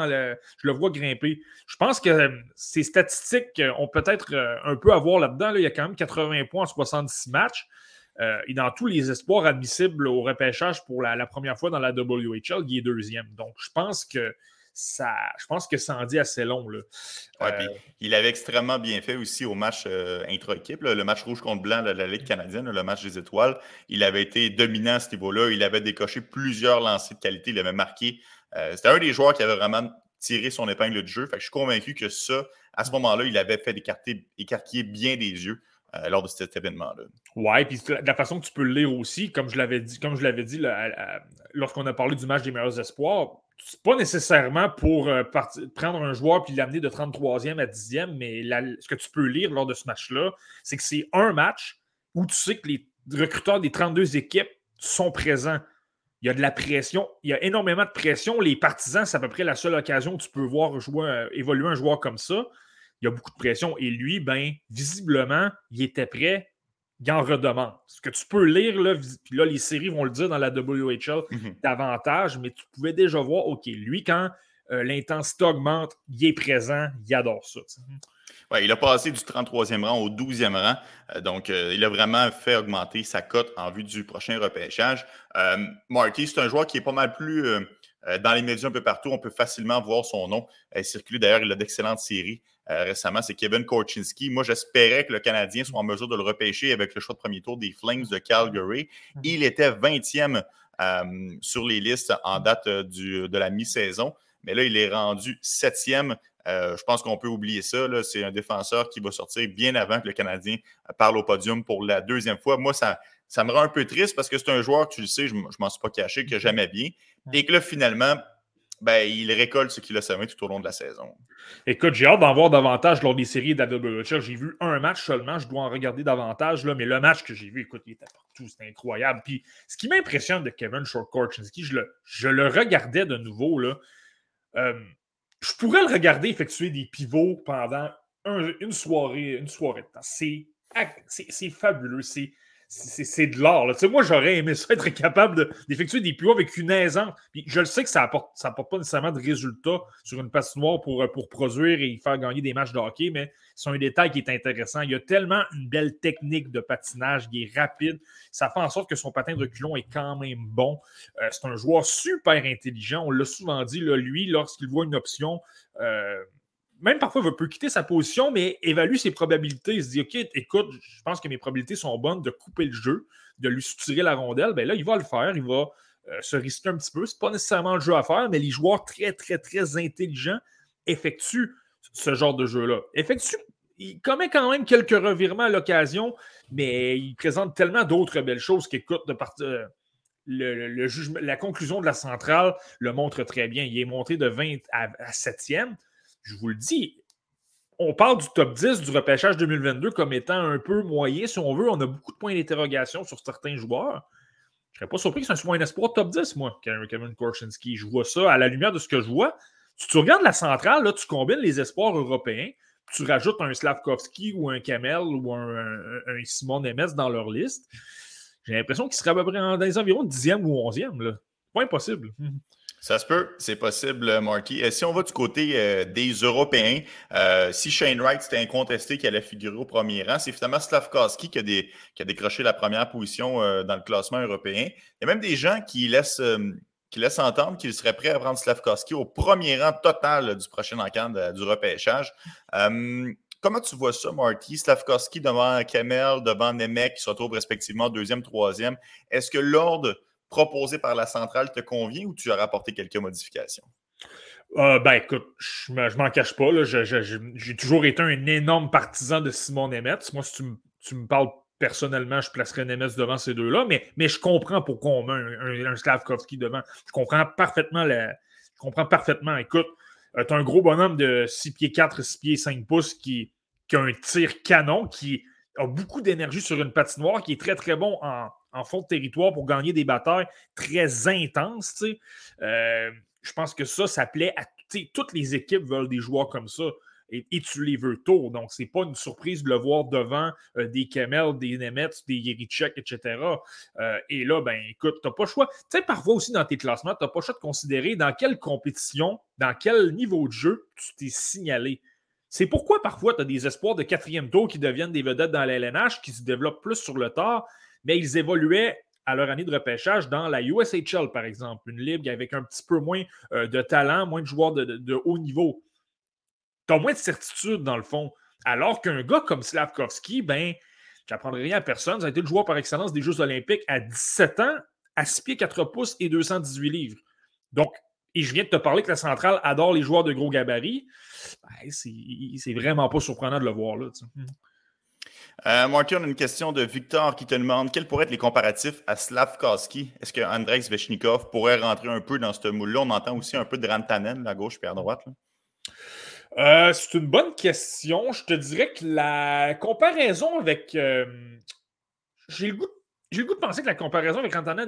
Je pense que ces statistiques ont peut-être un peu à voir là-dedans. Là, il y a quand même 80 points en 66 matchs. Et dans tous les espoirs admissibles au repêchage pour la première fois dans la WHL, il est 2e. Donc, je pense que ça en dit assez long. Là. Ouais, puis il avait extrêmement bien fait aussi au match intra-équipe, le match rouge contre blanc de la Ligue canadienne, le match des étoiles. Il avait été dominant à ce niveau-là. Il avait décoché plusieurs lancers de qualité. Il avait marqué. C'était un des joueurs qui avait vraiment tiré son épingle du jeu. Fait que je suis convaincu que ça, à ce moment-là, il avait fait écarquiller bien des yeux lors de cet événement-là. Ouais, puis de la façon que tu peux le lire aussi, comme je l'avais dit lorsqu'on a parlé du match des meilleurs espoirs, c'est pas nécessairement pour prendre un joueur puis l'amener de 33e à 10e, mais ce que tu peux lire lors de ce match-là, c'est que c'est un match où tu sais que les recruteurs des 32 équipes sont présents. Il y a de la pression, il y a énormément de pression. Les partisans, c'est à peu près la seule occasion où tu peux voir évoluer un joueur comme ça. Il y a beaucoup de pression. Et lui, visiblement, il était prêt. Il en redemande. Ce que tu peux lire, là, puis là, les séries vont le dire dans la WHL davantage, mais tu pouvais déjà voir, OK, lui, quand l'intensité augmente, il est présent, il adore ça. Ouais, il a passé du 33e rang au 12e rang. Donc, il a vraiment fait augmenter sa cote en vue du prochain repêchage. Marty, c'est un joueur qui est pas mal plus dans les médias un peu partout. On peut facilement voir son nom circuler. D'ailleurs, il a d'excellentes séries. Récemment, c'est Kevin Korchinski. Moi, j'espérais que le Canadien soit en mesure de le repêcher avec le choix de premier tour des Flames de Calgary. Il était 20e sur les listes en date de la mi-saison. Mais là, il est rendu 7e. Je pense qu'on peut oublier ça. Là. C'est un défenseur qui va sortir bien avant que le Canadien parle au podium pour la 2e fois. Moi, ça me rend un peu triste parce que c'est un joueur, tu le sais, je ne m'en suis pas caché, que j'aimais bien. Et que là, finalement, il récolte ce qu'il a semé tout au long de la saison. Écoute, j'ai hâte d'en voir davantage lors des séries de la WHL. J'ai vu un match seulement, je dois en regarder davantage, là, mais le match que j'ai vu, écoute, il était partout, c'était incroyable. Puis, ce qui m'impressionne de Kevin Korchinski, je le regardais de nouveau, là. Je pourrais le regarder effectuer des pivots pendant une soirée de temps. C'est fabuleux. C'est de l'art. Là. Tu sais, moi, j'aurais aimé ça, être capable d'effectuer des pivots avec une aisance. Puis je le sais que ça apporte pas nécessairement de résultats sur une patinoire pour produire et faire gagner des matchs de hockey, mais c'est un détail qui est intéressant. Il y a tellement une belle technique de patinage, il est rapide. Ça fait en sorte que son patin de reculon est quand même bon. C'est un joueur super intelligent. On l'a souvent dit, là, lui, lorsqu'il voit une option... même parfois, il peut quitter sa position, mais évalue ses probabilités. Il se dit, OK, écoute, je pense que mes probabilités sont bonnes de couper le jeu, de lui soutirer la rondelle. Bien là, il va le faire. Il va se risquer un petit peu. Ce n'est pas nécessairement le jeu à faire, mais les joueurs très, très, très intelligents effectuent ce genre de jeu-là. Il commet quand même quelques revirements à l'occasion, mais il présente tellement d'autres belles choses qu'écoute, le jugement, la conclusion de la centrale le montre très bien. Il est monté de 20 à 7e. Je vous le dis, on parle du top 10 du repêchage 2022 comme étant un peu moyen. Si on veut, on a beaucoup de points d'interrogation sur certains joueurs. Je ne serais pas surpris que ce soit un espoir top 10, moi, Kevin Korchinski. Je vois ça à la lumière de ce que je vois. Si tu regardes la centrale, là, tu combines les espoirs européens, tu rajoutes un Slavkovski ou un Kamel ou un Simon Nemeth dans leur liste. J'ai l'impression qu'ils seraient à peu près dans les environs 10e ou 11e. Là. Pas impossible. Ça se peut, c'est possible, Marty. Si on va du côté des Européens, si Shane Wright c'était incontesté qu'il allait figurer au premier rang, c'est finalement Slavkovski qui a décroché la première position dans le classement européen. Il y a même des gens qui laissent entendre qu'ils seraient prêts à prendre Slavkovski au premier rang total du prochain encadre du repêchage. Comment tu vois ça, Marty? Slavkovski devant Kamel, devant Nemeth, qui se retrouvent respectivement deuxième, troisième. Est-ce que l'ordre proposé par la centrale te convient ou tu as rapporté quelques modifications? Écoute, je m'en cache pas. Là, j'ai toujours été un énorme partisan de Simon Nemeth. Moi, si tu me parles personnellement, je placerais Nemeth devant ces deux-là, mais je comprends pourquoi on met un Slavkovski devant. Je comprends parfaitement. Écoute, tu as un gros bonhomme de 6 pieds 4, 6 pieds 5 pouces qui a un tir canon, qui a beaucoup d'énergie sur une patinoire, qui est très, très bon en fond de territoire pour gagner des batailles très intenses. Je pense que ça plaît à toutes les équipes veulent des joueurs comme ça. Et tu les veux tôt. Donc, c'est pas une surprise de le voir devant des Kamel, des Nemeth, des Jirichek, etc. Et là, écoute, t'as pas le choix. Tu sais, parfois aussi dans tes classements, t'as pas le choix de considérer dans quelle compétition, dans quel niveau de jeu tu t'es signalé. C'est pourquoi parfois tu as des espoirs de 4e tour qui deviennent des vedettes dans la LNH, qui se développent plus sur le tard, mais ils évoluaient à leur année de repêchage dans la USHL, par exemple, une ligue avec un petit peu moins de talent, moins de joueurs de haut niveau. Tu as moins de certitude, dans le fond. Alors qu'un gars comme Slavkovski, je n'apprendrai rien à personne. Ça a été le joueur par excellence des Jeux olympiques à 17 ans, à 6 pieds 4 pouces et 218 livres. Donc, et je viens de te parler que la centrale adore les joueurs de gros gabarits. C'est vraiment pas surprenant de le voir là. Marty, on a une question de Victor qui te demande quels pourraient être les comparatifs à Slavkovski. Est-ce que Andrei Svechnikov pourrait rentrer un peu dans ce moule-là? On entend aussi un peu de Rantanen, à gauche puis à droite. C'est une bonne question. Je te dirais que la comparaison avec... j'ai le goût de penser que la comparaison avec Rantanen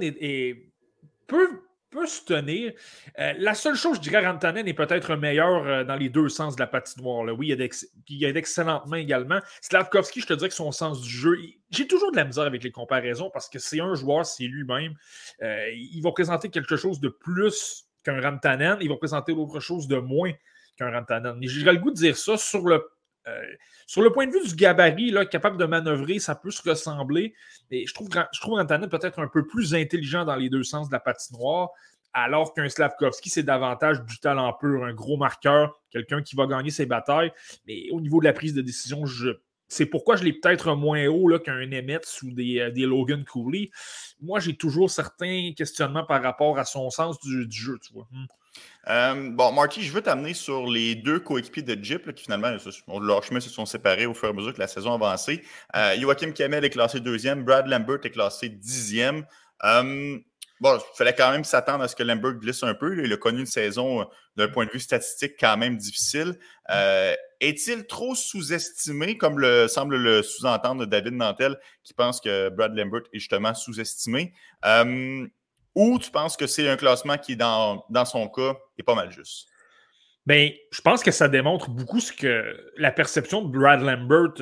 peut se tenir. La seule chose, je dirais, Rantanen est peut-être meilleur dans les deux sens de la patinoire. Là. Oui, il y a d'excellentes mains également. Slavkovski, je te dirais que son sens du jeu... J'ai toujours de la misère avec les comparaisons parce que c'est un joueur, c'est lui-même. Il va présenter quelque chose de plus qu'un Rantanen. Il va présenter autre chose de moins qu'un Rantanen. Mais j'aurais le goût de dire ça sur le point de vue du gabarit, là, capable de manœuvrer, ça peut se ressembler. Mais je trouve Rantanen peut-être un peu plus intelligent dans les deux sens de la patinoire, alors qu'un Slavkovski, c'est davantage du talent pur, un gros marqueur, quelqu'un qui va gagner ses batailles. Mais au niveau de la prise de décision, c'est pourquoi je l'ai peut-être moins haut là, qu'un Nemeth ou des Logan Cooley. Moi, j'ai toujours certains questionnements par rapport à son sens du jeu, tu vois. Marty, je veux t'amener sur les deux coéquipiers de Jeep qui finalement, leurs chemins se sont séparés au fur et à mesure que la saison avançait. Joachim Kamel est classé 2e, Brad Lambert est classé 10e. Il fallait quand même s'attendre à ce que Lambert glisse un peu. Il a connu une saison d'un point de vue statistique quand même difficile. Est-il trop sous-estimé, comme semble le sous-entendre David Nantel, qui pense que Brad Lambert est justement sous-estimé? Ou tu penses que c'est un classement qui, dans son cas, est pas mal juste? Ben, je pense que ça démontre beaucoup la perception de Brad Lambert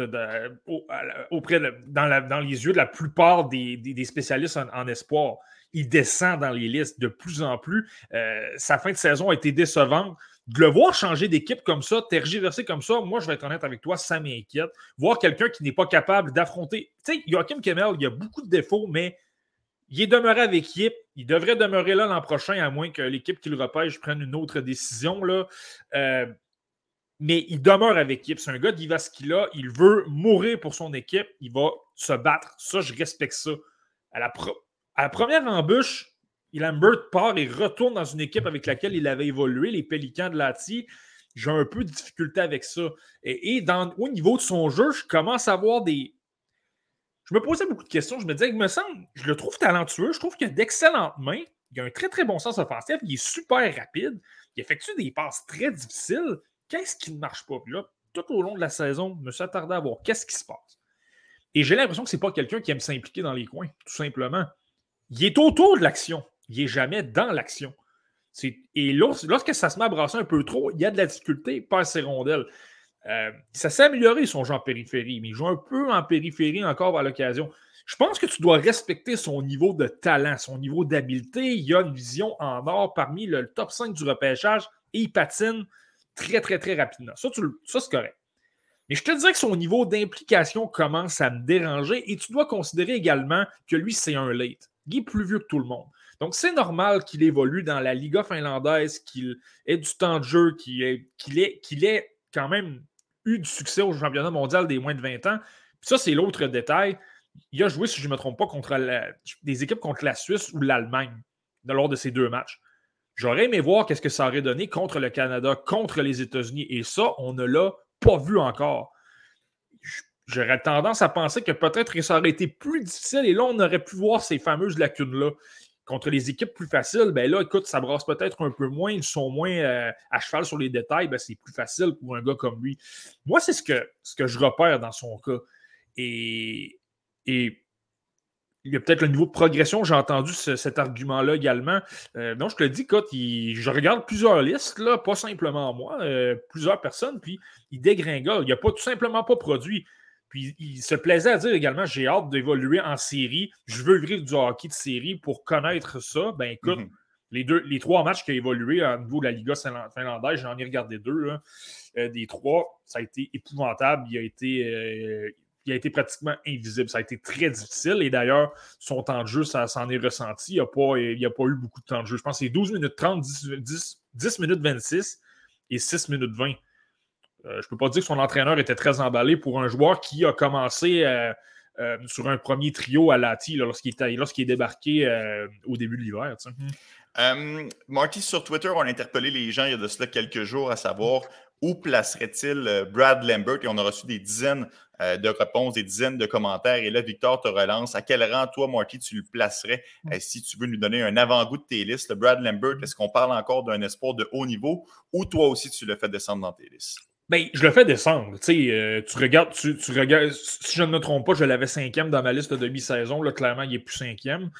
dans les yeux de la plupart des spécialistes en espoir. Il descend dans les listes de plus en plus. Sa fin de saison a été décevante. De le voir changer d'équipe comme ça, tergiverser comme ça, moi, je vais être honnête avec toi, ça m'inquiète. Voir quelqu'un qui n'est pas capable d'affronter... Tu sais, Joachim Kemmel, il a beaucoup de défauts, mais il est demeuré avec l'équipe. Il devrait demeurer là l'an prochain, à moins que l'équipe qui le repêche prenne une autre décision. Là. Mais il demeure avec l'équipe. C'est un gars d'Ivaskila. Il veut mourir pour son équipe. Il va se battre. Ça, je respecte ça. À la première embûche, Lambert part et retourne dans une équipe avec laquelle il avait évolué, les Pélicans de Lahti. J'ai un peu de difficulté avec ça. Et au niveau de son jeu, je commence à avoir des... Je me posais beaucoup de questions. Je me disais, il me semble, je le trouve talentueux. Je trouve qu'il a d'excellentes mains. Il a un très, très bon sens offensif. Il est super rapide. Il effectue des passes très difficiles. Qu'est-ce qui ne marche pas? Puis là, tout au long de la saison, je me suis attardé à voir qu'est-ce qui se passe. Et j'ai l'impression que ce n'est pas quelqu'un qui aime s'impliquer dans les coins, tout simplement. Il est autour de l'action. Il n'est jamais dans l'action. Et lorsque ça se met à brasser un peu trop, il y a de la difficulté, il passe ses rondelles. Ça s'est amélioré son jeu en périphérie, mais il joue un peu en périphérie encore à l'occasion. Je pense que tu dois respecter son niveau de talent, son niveau d'habileté. Il a une vision en or parmi le top 5 du repêchage et il patine très, très, très rapidement. Ça c'est correct. Mais je te dirais que son niveau d'implication commence à me déranger et tu dois considérer également que lui, c'est un late. Il est plus vieux que tout le monde. Donc, c'est normal qu'il évolue dans la Liga finlandaise, qu'il ait du temps de jeu, qu'il ait quand même eu du succès au championnat mondial des moins de 20 ans. Puis ça, c'est l'autre détail. Il a joué, si je ne me trompe pas, contre des équipes contre la Suisse ou l'Allemagne lors de ces 2 matchs. J'aurais aimé voir qu'est-ce que ça aurait donné contre le Canada, contre les États-Unis. Et ça, on ne l'a pas vu encore. J'aurais tendance à penser que peut-être que ça aurait été plus difficile et là, on aurait pu voir ces fameuses lacunes-là. Contre les équipes plus faciles, ben là, écoute, ça brasse peut-être un peu moins, ils sont moins à cheval sur les détails, ben c'est plus facile pour un gars comme lui. Moi, c'est ce que je repère dans son cas. Et il y a peut-être le niveau de progression, j'ai entendu cet argument-là également. Donc, je te le dis, écoute, je regarde plusieurs listes, là, pas simplement moi, plusieurs personnes, puis il dégringole. Il n'a tout simplement pas produit. Puis il se plaisait à dire également, j'ai hâte d'évoluer en série. Je veux vivre du hockey de série pour connaître ça. Ben écoute, les 3 matchs qu'il a évolué au niveau de la Liga finlandaise, j'en ai regardé 2. Là. Des 3, ça a été épouvantable. Il a été pratiquement invisible. Ça a été très difficile. Et d'ailleurs, son temps de jeu, ça s'en est ressenti. Il n'a pas eu beaucoup de temps de jeu. Je pense que c'est 12 minutes 30, 10 minutes 26 et 6 minutes 20. Je ne peux pas dire que son entraîneur était très emballé pour un joueur qui a commencé sur un premier trio à Lahti lorsqu'il est débarqué au début de l'hiver. Marty, sur Twitter, on a interpellé les gens il y a de cela quelques jours à savoir où placerait-il Brad Lambert et on a reçu des dizaines de réponses, des dizaines de commentaires. Et là, Victor te relance. À quel rang, toi, Marty, tu le placerais si tu veux nous donner un avant-goût de tes listes? Le Brad Lambert, est-ce qu'on parle encore d'un espoir de haut niveau ou toi aussi, tu le fais descendre dans tes listes? Ben, je le fais descendre. Tu regardes, si je ne me trompe pas, je l'avais 5e dans ma liste de mi-saison. Là, clairement, il n'est plus 5e.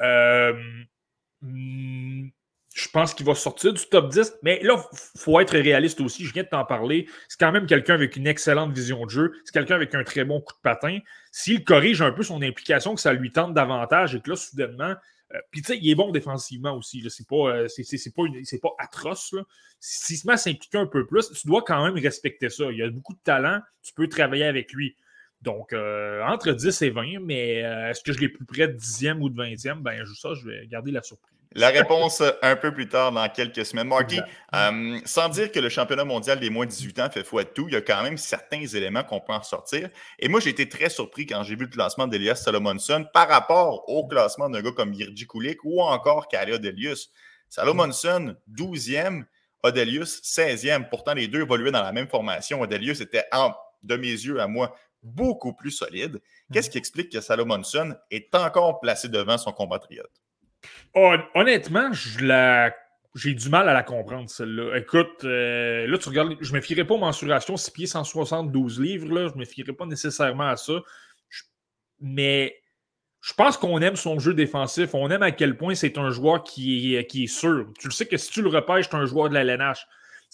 Je pense qu'il va sortir du top 10. Mais là, il faut être réaliste aussi. Je viens de t'en parler. C'est quand même quelqu'un avec une excellente vision de jeu. C'est quelqu'un avec un très bon coup de patin. S'il corrige un peu son implication, que ça lui tente davantage et que là, soudainement... Puis, tu sais, il est bon défensivement aussi. Là. C'est pas atroce. Là. S'il se met à s'impliquer un peu plus, tu dois quand même respecter ça. Il a beaucoup de talent. Tu peux travailler avec lui. Donc, entre 10 et 20, mais est-ce que je l'ai plus près de 10e ou de 20e? Ben, je vais garder la surprise. La réponse un peu plus tard dans quelques semaines. Marty, sans dire que le championnat mondial des moins de 18 ans fait foi de tout, il y a quand même certains éléments qu'on peut en ressortir. Et moi, j'ai été très surpris quand j'ai vu le classement d'Elias Salomonson par rapport au classement d'un gars comme Jirji Kulik ou encore Kalle Odelius. Salomonson, 12e, Odelius, 16e. Pourtant, les deux évoluaient dans la même formation. Odelius était, de mes yeux à moi, beaucoup plus solide. Qu'est-ce qui explique que Salomonson est encore placé devant son compatriote? Honnêtement, j'ai du mal à la comprendre, celle-là. Écoute, là, tu regardes, je ne me fierais pas aux mensurations 6 pieds, 172 livres, là, je ne me fierais pas nécessairement à ça. Mais je pense qu'on aime son jeu défensif. On aime à quel point c'est un joueur qui est sûr. Tu le sais que si tu le repêches, c'est un joueur de la LNH.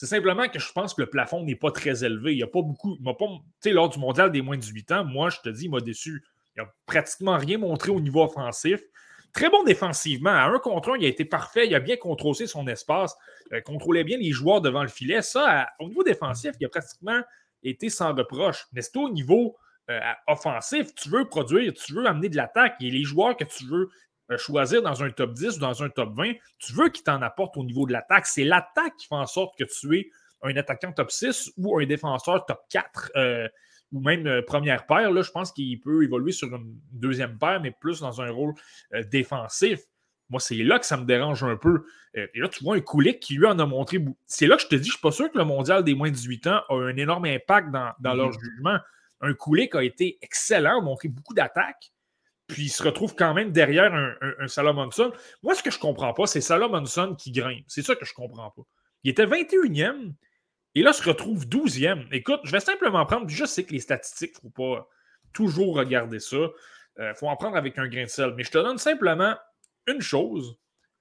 C'est simplement que je pense que le plafond n'est pas très élevé. Il n'y a pas beaucoup. Tu sais, lors du mondial des moins de 18 ans, moi, je te dis, il m'a déçu. Il n'a pratiquement rien montré au niveau offensif. Très bon défensivement. À 1 contre 1, il a été parfait. Il a bien contrôlé son espace. Contrôlait bien les joueurs devant le filet. Ça, au niveau défensif, il a pratiquement été sans reproche. Mais c'est au niveau offensif. Tu veux produire, tu veux amener de l'attaque. Et les joueurs que tu veux choisir dans un top 10 ou dans un top 20, tu veux qu'ils t'en apportent au niveau de l'attaque. C'est l'attaque qui fait en sorte que tu es un attaquant top 6 ou un défenseur top 4 ou même première paire. Là, je pense qu'il peut évoluer sur une deuxième paire, mais plus dans un rôle défensif. Moi, c'est là que ça me dérange un peu. Et là, tu vois un Kulich qui lui en a montré beaucoup. C'est là que je te dis, je ne suis pas sûr que le mondial des moins de 18 ans a un énorme impact dans leur jugement. Un Kulich a été excellent, a montré beaucoup d'attaques, puis il se retrouve quand même derrière un Salomonson. Moi, ce que je ne comprends pas, c'est Salomonson qui grimpe. C'est ça que je ne comprends pas. Il était 21e, et là, se retrouve 12e. Écoute, je vais simplement prendre, je sais que les statistiques, il ne faut pas toujours regarder ça. Il faut en prendre avec un grain de sel. Mais je te donne simplement une chose.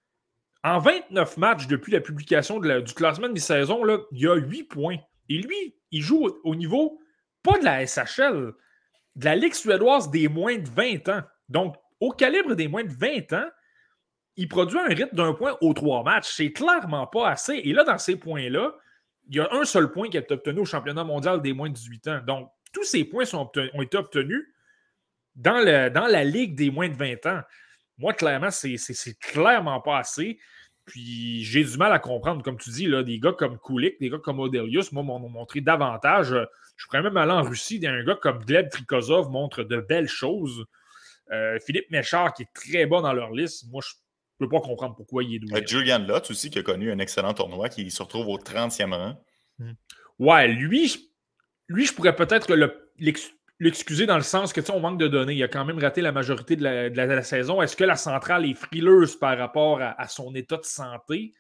En 29 matchs depuis la publication du classement de mi-saison, là, il y a 8 points. Et lui, il joue au niveau, pas de la SHL, de la Ligue suédoise des moins de 20 ans. Donc, au calibre des moins de 20 ans, il produit un rythme d'1 point aux 3 matchs. C'est clairement pas assez. Et là, dans ces points-là, il y a un seul point qui a été obtenu au championnat mondial des moins de 18 ans. Donc, tous ces points ont été obtenus dans la Ligue des moins de 20 ans. Moi, clairement, c'est clairement pas assez. Puis, j'ai du mal à comprendre, comme tu dis, là, des gars comme Kulich, des gars comme Odelius, moi, m'ont montré davantage. Je pourrais même aller en Russie. Un gars comme Gleb Trikozov montre de belles choses. Philippe Méchard, qui est très bas dans leur liste, moi, je ne peux pas comprendre pourquoi il est 12e. Julian Lotz aussi, qui a connu un excellent tournoi, qui se retrouve au 30e rang. Ouais, lui, je pourrais peut-être l'excuser dans le sens que, tu sais, on manque de données. Il a quand même raté la majorité de la saison. Est-ce que la centrale est frileuse par rapport à son état de santé?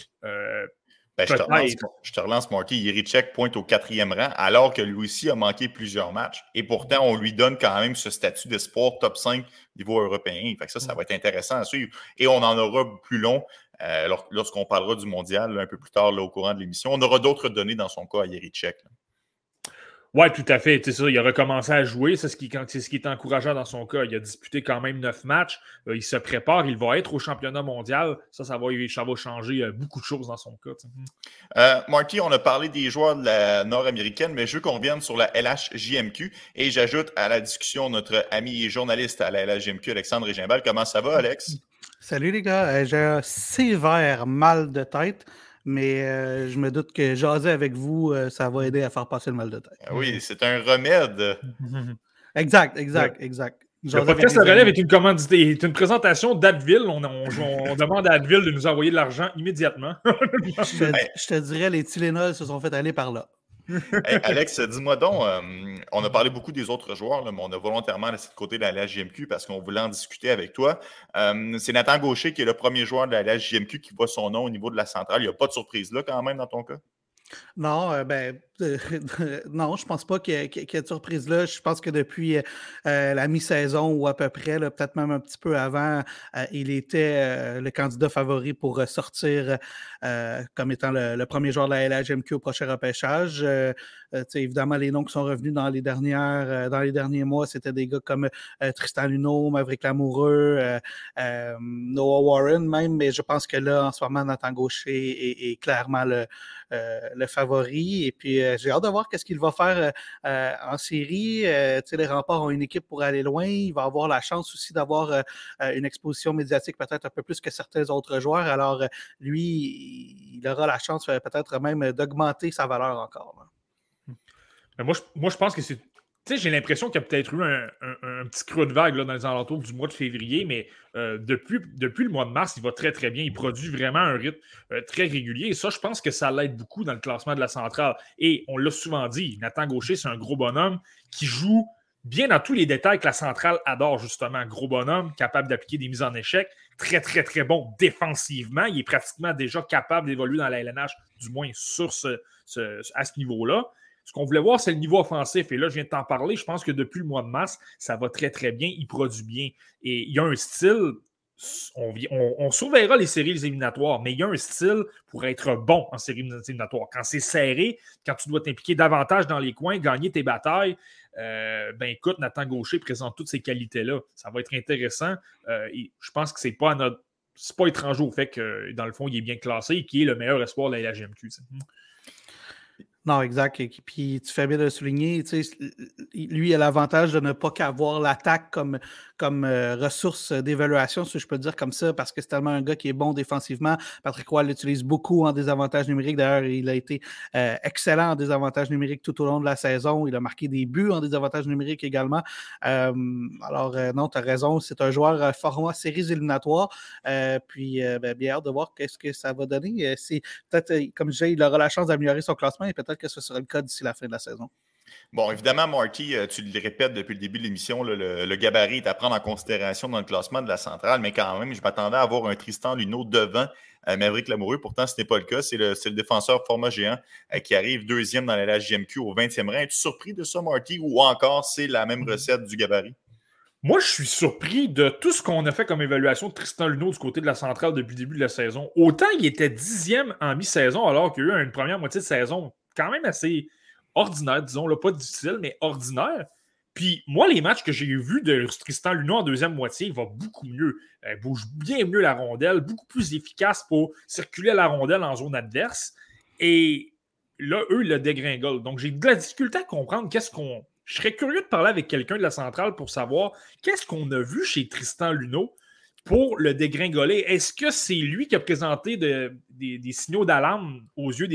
Je te relance, Marty. Jiricek pointe au 4e rang, alors que lui aussi a manqué plusieurs matchs. Et pourtant, on lui donne quand même ce statut d'espoir top 5 niveau européen. Fait que ça va être intéressant à suivre. Et on en aura plus long lorsqu'on parlera du mondial un peu plus tard au courant de l'émission. On aura d'autres données dans son cas à Jiricek. Oui, tout à fait. C'est ça, il a recommencé à jouer. C'est ce qui est encourageant dans son cas. Il a disputé quand même 9 matchs. Il se prépare. Il va être au championnat mondial. Ça va changer beaucoup de choses dans son cas. Marty, on a parlé des joueurs de la nord-américaine, mais je veux qu'on revienne sur la LHJMQ. Et j'ajoute à la discussion notre ami et journaliste à la LHJMQ, Alexandre Régimbal. Comment ça va, Alex? Salut les gars. J'ai un sévère mal de tête. Mais je me doute que jaser avec vous, ça va aider à faire passer le mal de tête. Oui, c'est un remède. Exact. Le podcast La Relève est une présentation d'Advil. On demande à Advil de nous envoyer de l'argent immédiatement. je te dirais, les Tylenol se sont fait aller par là. Hey, Alex, dis-moi donc, on a parlé beaucoup des autres joueurs, là, mais on a volontairement laissé de côté la LHJMQ parce qu'on voulait en discuter avec toi. C'est Nathan Gaucher qui est le premier joueur de la LHJMQ qui voit son nom au niveau de la centrale. Il n'y a pas de surprise là quand même dans ton cas? Non, non, je pense pas qu'il y ait de surprise là. Je pense que depuis la mi-saison ou à peu près, là, peut-être même un petit peu avant, il était le candidat favori pour sortir comme étant le premier joueur de la LHJMQ au prochain repêchage. Évidemment, les noms qui sont revenus dans les derniers mois, c'était des gars comme Tristan Luneau, Maverick Lamoureux, Noah Warren même, mais je pense que là, en ce moment, Nathan Gaucher est clairement le favori. Et puis, j'ai hâte de voir qu'est-ce qu'il va faire en série. Les Remparts ont une équipe pour aller loin. Il va avoir la chance aussi d'avoir une exposition médiatique peut-être un peu plus que certains autres joueurs. Alors, lui, il aura la chance peut-être même d'augmenter sa valeur encore. Moi, je pense que c'est... Tu sais, j'ai l'impression qu'il y a peut-être eu un petit creux de vague là, dans les alentours du mois de février, mais depuis le mois de mars, il va très, très bien. Il produit vraiment un rythme très régulier. Et ça, je pense que ça l'aide beaucoup dans le classement de la centrale. Et on l'a souvent dit, Nathan Gaucher, c'est un gros bonhomme qui joue bien dans tous les détails que la centrale adore, justement. Gros bonhomme, capable d'appliquer des mises en échec. Très, très, très bon défensivement. Il est pratiquement déjà capable d'évoluer dans la LNH, du moins à ce niveau-là. Ce qu'on voulait voir, c'est le niveau offensif. Et là, je viens de t'en parler. Je pense que depuis le mois de mars, ça va très, très bien. Il produit bien. Et il y a un style on surveillera les séries éliminatoires, mais il y a un style pour être bon en séries éliminatoires. Quand c'est serré, quand tu dois t'impliquer davantage dans les coins, gagner tes batailles, écoute, Nathan Gaucher présente toutes ces qualités-là. Ça va être intéressant. Et je pense que c'est pas étranger au fait que, dans le fond, il est bien classé et qu'il est le meilleur espoir de la LHJMQ. Non, exact. Et puis, tu fais bien de le souligner. Lui, il a l'avantage de ne pas qu'avoir l'attaque comme ressource d'évaluation, si je peux dire comme ça, parce que c'est tellement un gars qui est bon défensivement. Patrick Roy l'utilise beaucoup en désavantage numérique. D'ailleurs, il a été excellent en désavantage numérique tout au long de la saison. Il a marqué des buts en désavantage numérique également. Non, tu as raison. C'est un joueur format séries éliminatoires. Bien hâte de voir qu'est-ce que ça va donner. C'est peut-être, comme je disais, il aura la chance d'améliorer son classement et peut-être que ce sera le cas d'ici la fin de la saison. Bon, évidemment, Marty, tu le répètes depuis le début de l'émission, le gabarit est à prendre en considération dans le classement de la centrale, mais quand même, je m'attendais à avoir un Tristan Luneau devant Maverick Lamoureux. Pourtant, ce n'est pas le cas. C'est le défenseur format géant qui arrive deuxième dans la LHJMQ au 20e rang. Es-tu surpris de ça, Marty, ou encore c'est la même recette du gabarit? Moi, je suis surpris de tout ce qu'on a fait comme évaluation de Tristan Luneau du côté de la centrale depuis le début de la saison. Autant il était 10e en mi-saison, alors qu'il y a eu une première moitié de saison quand même assez ordinaire, disons, là, pas difficile, mais ordinaire. Puis moi, les matchs que j'ai vus de Tristan Luneau en deuxième moitié, il va beaucoup mieux. Il bouge bien mieux la rondelle, beaucoup plus efficace pour circuler la rondelle en zone adverse. Et là, eux, ils le dégringolent. Donc, j'ai de la difficulté à comprendre Je serais curieux de parler avec quelqu'un de la centrale pour savoir qu'est-ce qu'on a vu chez Tristan Luneau pour le dégringoler. Est-ce que c'est lui qui a présenté des signaux d'alarme aux yeux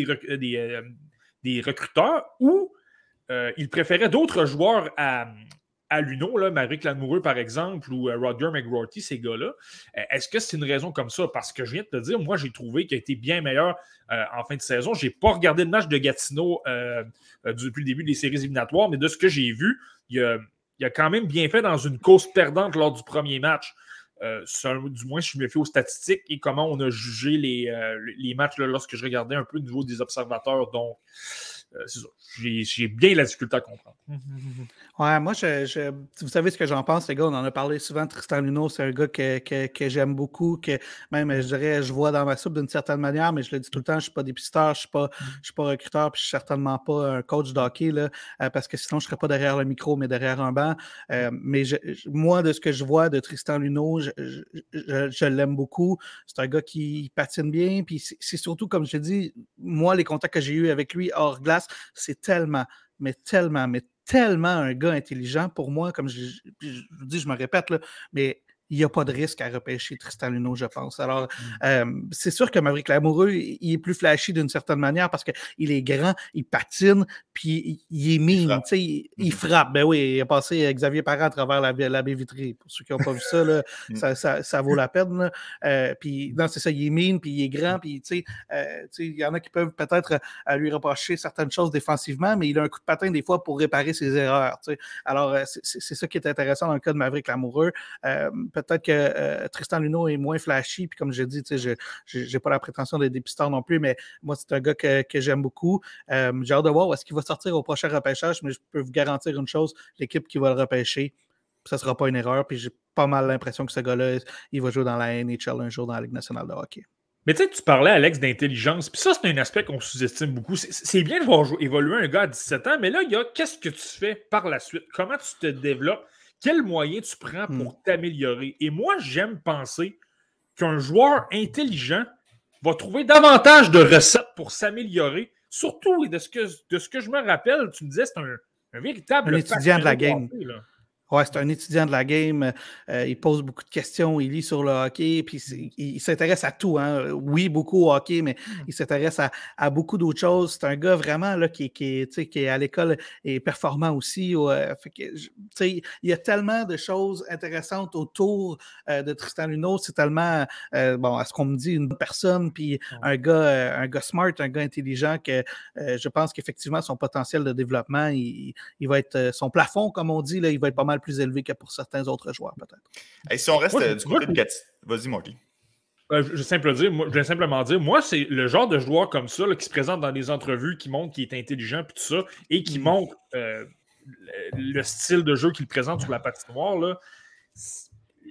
des recruteurs ou il préférait d'autres joueurs à Luneau, là, Maverick Lamoureux par exemple, ou Rodger McGrorty, ces gars-là? Est-ce que c'est une raison comme ça? Parce que je viens de te dire, moi j'ai trouvé qu'il a été bien meilleur en fin de saison. Je n'ai pas regardé le match de Gatineau depuis le début des séries éliminatoires, mais de ce que j'ai vu, il a quand même bien fait dans une cause perdante lors du premier match. Du moins, si je me fie aux statistiques et comment on a jugé les matchs là, lorsque je regardais un peu au niveau des observateurs. Donc, c'est ça. J'ai bien la difficulté à comprendre. Ouais, moi, vous savez ce que j'en pense, les gars. On en a parlé souvent. Tristan Luneau, c'est un gars que j'aime beaucoup, que même, je dirais, je vois dans ma soupe d'une certaine manière, mais je le dis tout le temps, je ne suis pas dépisteur, je suis pas recruteur, puis je ne suis certainement pas un coach de hockey, là, parce que sinon, je ne serais pas derrière le micro, mais derrière un banc. Mais moi, de ce que je vois de Tristan Luneau, je l'aime beaucoup. C'est un gars qui patine bien, puis c'est surtout, comme je dis, moi, les contacts que j'ai eus avec lui hors glace, c'est tellement un gars intelligent pour moi, comme je vous dis, je me répète, là, mais il n'y a pas de risque à repêcher Tristan Luneau, je pense. Alors, c'est sûr que Maverick Lamoureux, il est plus flashy d'une certaine manière parce qu'il est grand, il patine, puis il est mine, il frappe. Ben oui, il a passé Xavier Parent à travers la baie vitrée. Pour ceux qui n'ont pas vu ça, là, ça vaut la peine. Puis, non, c'est ça, il est mine, puis il est grand, puis il y en a qui peuvent peut-être lui reprocher certaines choses défensivement, mais il a un coup de patin des fois pour réparer ses erreurs. Alors, c'est ça qui est intéressant dans le cas de Maverick Lamoureux. Peut-être que Tristan Luneau est moins flashy, puis comme je dis, je n'ai pas la prétention d'être dépisteur non plus, mais moi, c'est un gars que j'aime beaucoup. J'ai hâte de voir où est-ce qu'il va sortir au prochain repêchage, mais je peux vous garantir une chose, l'équipe qui va le repêcher, ça ne sera pas une erreur, puis j'ai pas mal l'impression que ce gars-là, il va jouer dans la NHL un jour dans la Ligue nationale de hockey. Mais tu sais, tu parlais, Alex, d'intelligence, puis ça, c'est un aspect qu'on sous-estime beaucoup. C'est bien de voir évoluer un gars à 17 ans, mais là, il y a qu'est-ce que tu fais par la suite? Comment tu te développes? Quels moyens tu prends pour t'améliorer? Et moi, j'aime penser qu'un joueur intelligent va trouver davantage de recettes pour s'améliorer. Surtout, de ce que je me rappelle, tu me disais, c'est un véritable étudiant de la game. Hockey, là. Ouais, c'est un étudiant de la game. Il pose beaucoup de questions. Il lit sur le hockey. Puis il s'intéresse à tout. Hein. Oui, beaucoup au hockey, mais il s'intéresse à beaucoup d'autres choses. C'est un gars vraiment là, qui est à l'école et performant aussi. Il y a tellement de choses intéressantes autour de Tristan Luneau. C'est tellement, à ce qu'on me dit, une bonne personne. Puis un gars smart, un gars intelligent que je pense qu'effectivement, son potentiel de développement, il va être son plafond, comme on dit, là, il va être pas mal plus élevé que pour certains autres joueurs, peut-être. Et si on reste du côté de Gatineau... Vas-y, Marty. Je vais simplement dire, moi, c'est le genre de joueur comme ça là, qui se présente dans des entrevues, qui montre qu'il est intelligent puis tout ça, et qui montre le style de jeu qu'il présente sur la patinoire. Là.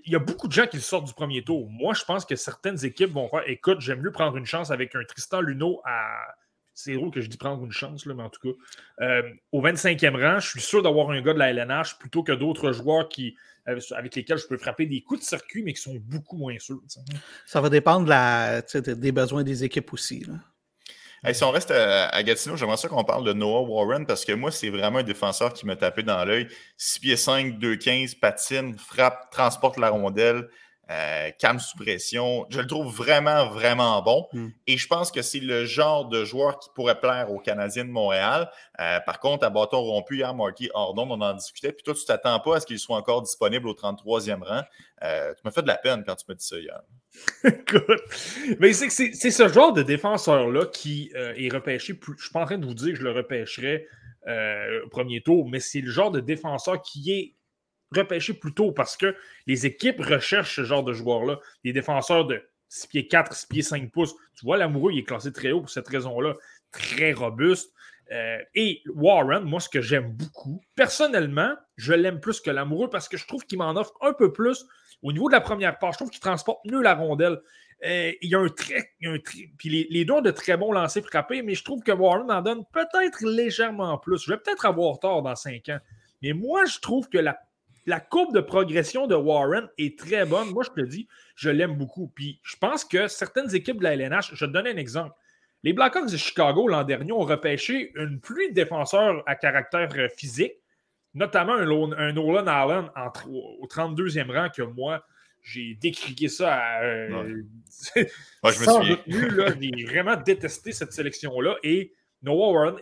y a beaucoup de gens qui le sortent du premier tour. Moi, je pense que certaines équipes vont faire écoute, j'aime mieux prendre une chance avec un Tristan Luneau à. C'est drôle que je dis prendre une chance, là, mais en tout cas, au 25e rang, je suis sûr d'avoir un gars de la LNH plutôt que d'autres joueurs avec lesquels je peux frapper des coups de circuit, mais qui sont beaucoup moins sûrs. T'sais. Ça va dépendre des besoins des équipes aussi. Là. Hey, si on reste à Gatineau, j'aimerais ça qu'on parle de Noah Warren parce que moi, c'est vraiment un défenseur qui m'a tapé dans l'œil. 6 pieds 5, 2,15, patine, frappe, transporte la rondelle, calme sous pression. Je le trouve vraiment, vraiment bon. Et je pense que c'est le genre de joueur qui pourrait plaire aux Canadiens de Montréal. Par contre, à bâton rompu, hier, Marty Hordon, on en discutait. Puis toi, tu ne t'attends pas à ce qu'il soit encore disponible au 33e rang. Tu m'as fait de la peine quand tu m'as dit ça hier. Écoute, mais c'est ce genre de défenseur-là qui est repêché. Je ne suis pas en train de vous dire que je le repêcherais au premier tour, mais c'est le genre de défenseur qui est repêché plus tôt parce que les équipes recherchent ce genre de joueurs-là. Les défenseurs de 6 pieds 4, 6 pieds 5 pouces. Tu vois, Lamoureux, il est classé très haut pour cette raison-là. Très robuste. Et Warren, moi, ce que j'aime beaucoup, personnellement, je l'aime plus que Lamoureux parce que je trouve qu'il m'en offre un peu plus au niveau de la première passe. Je trouve qu'il transporte mieux la rondelle. Il y a un trait. Puis les deux ont de très bons lancers frappés, mais je trouve que Warren en donne peut-être légèrement plus. Je vais peut-être avoir tort dans 5 ans. Mais moi, je trouve que la courbe de progression de Warren est très bonne. Moi, je te dis, je l'aime beaucoup. Puis je pense que certaines équipes de la LNH, je vais te donner un exemple. Les Blackhawks de Chicago, l'an dernier, ont repêché une pluie de défenseurs à caractère physique, notamment un Nolan Allen au 32e rang que moi, j'ai décrié ça à... je me souviens. J'ai vraiment détesté cette sélection-là. Et Nolan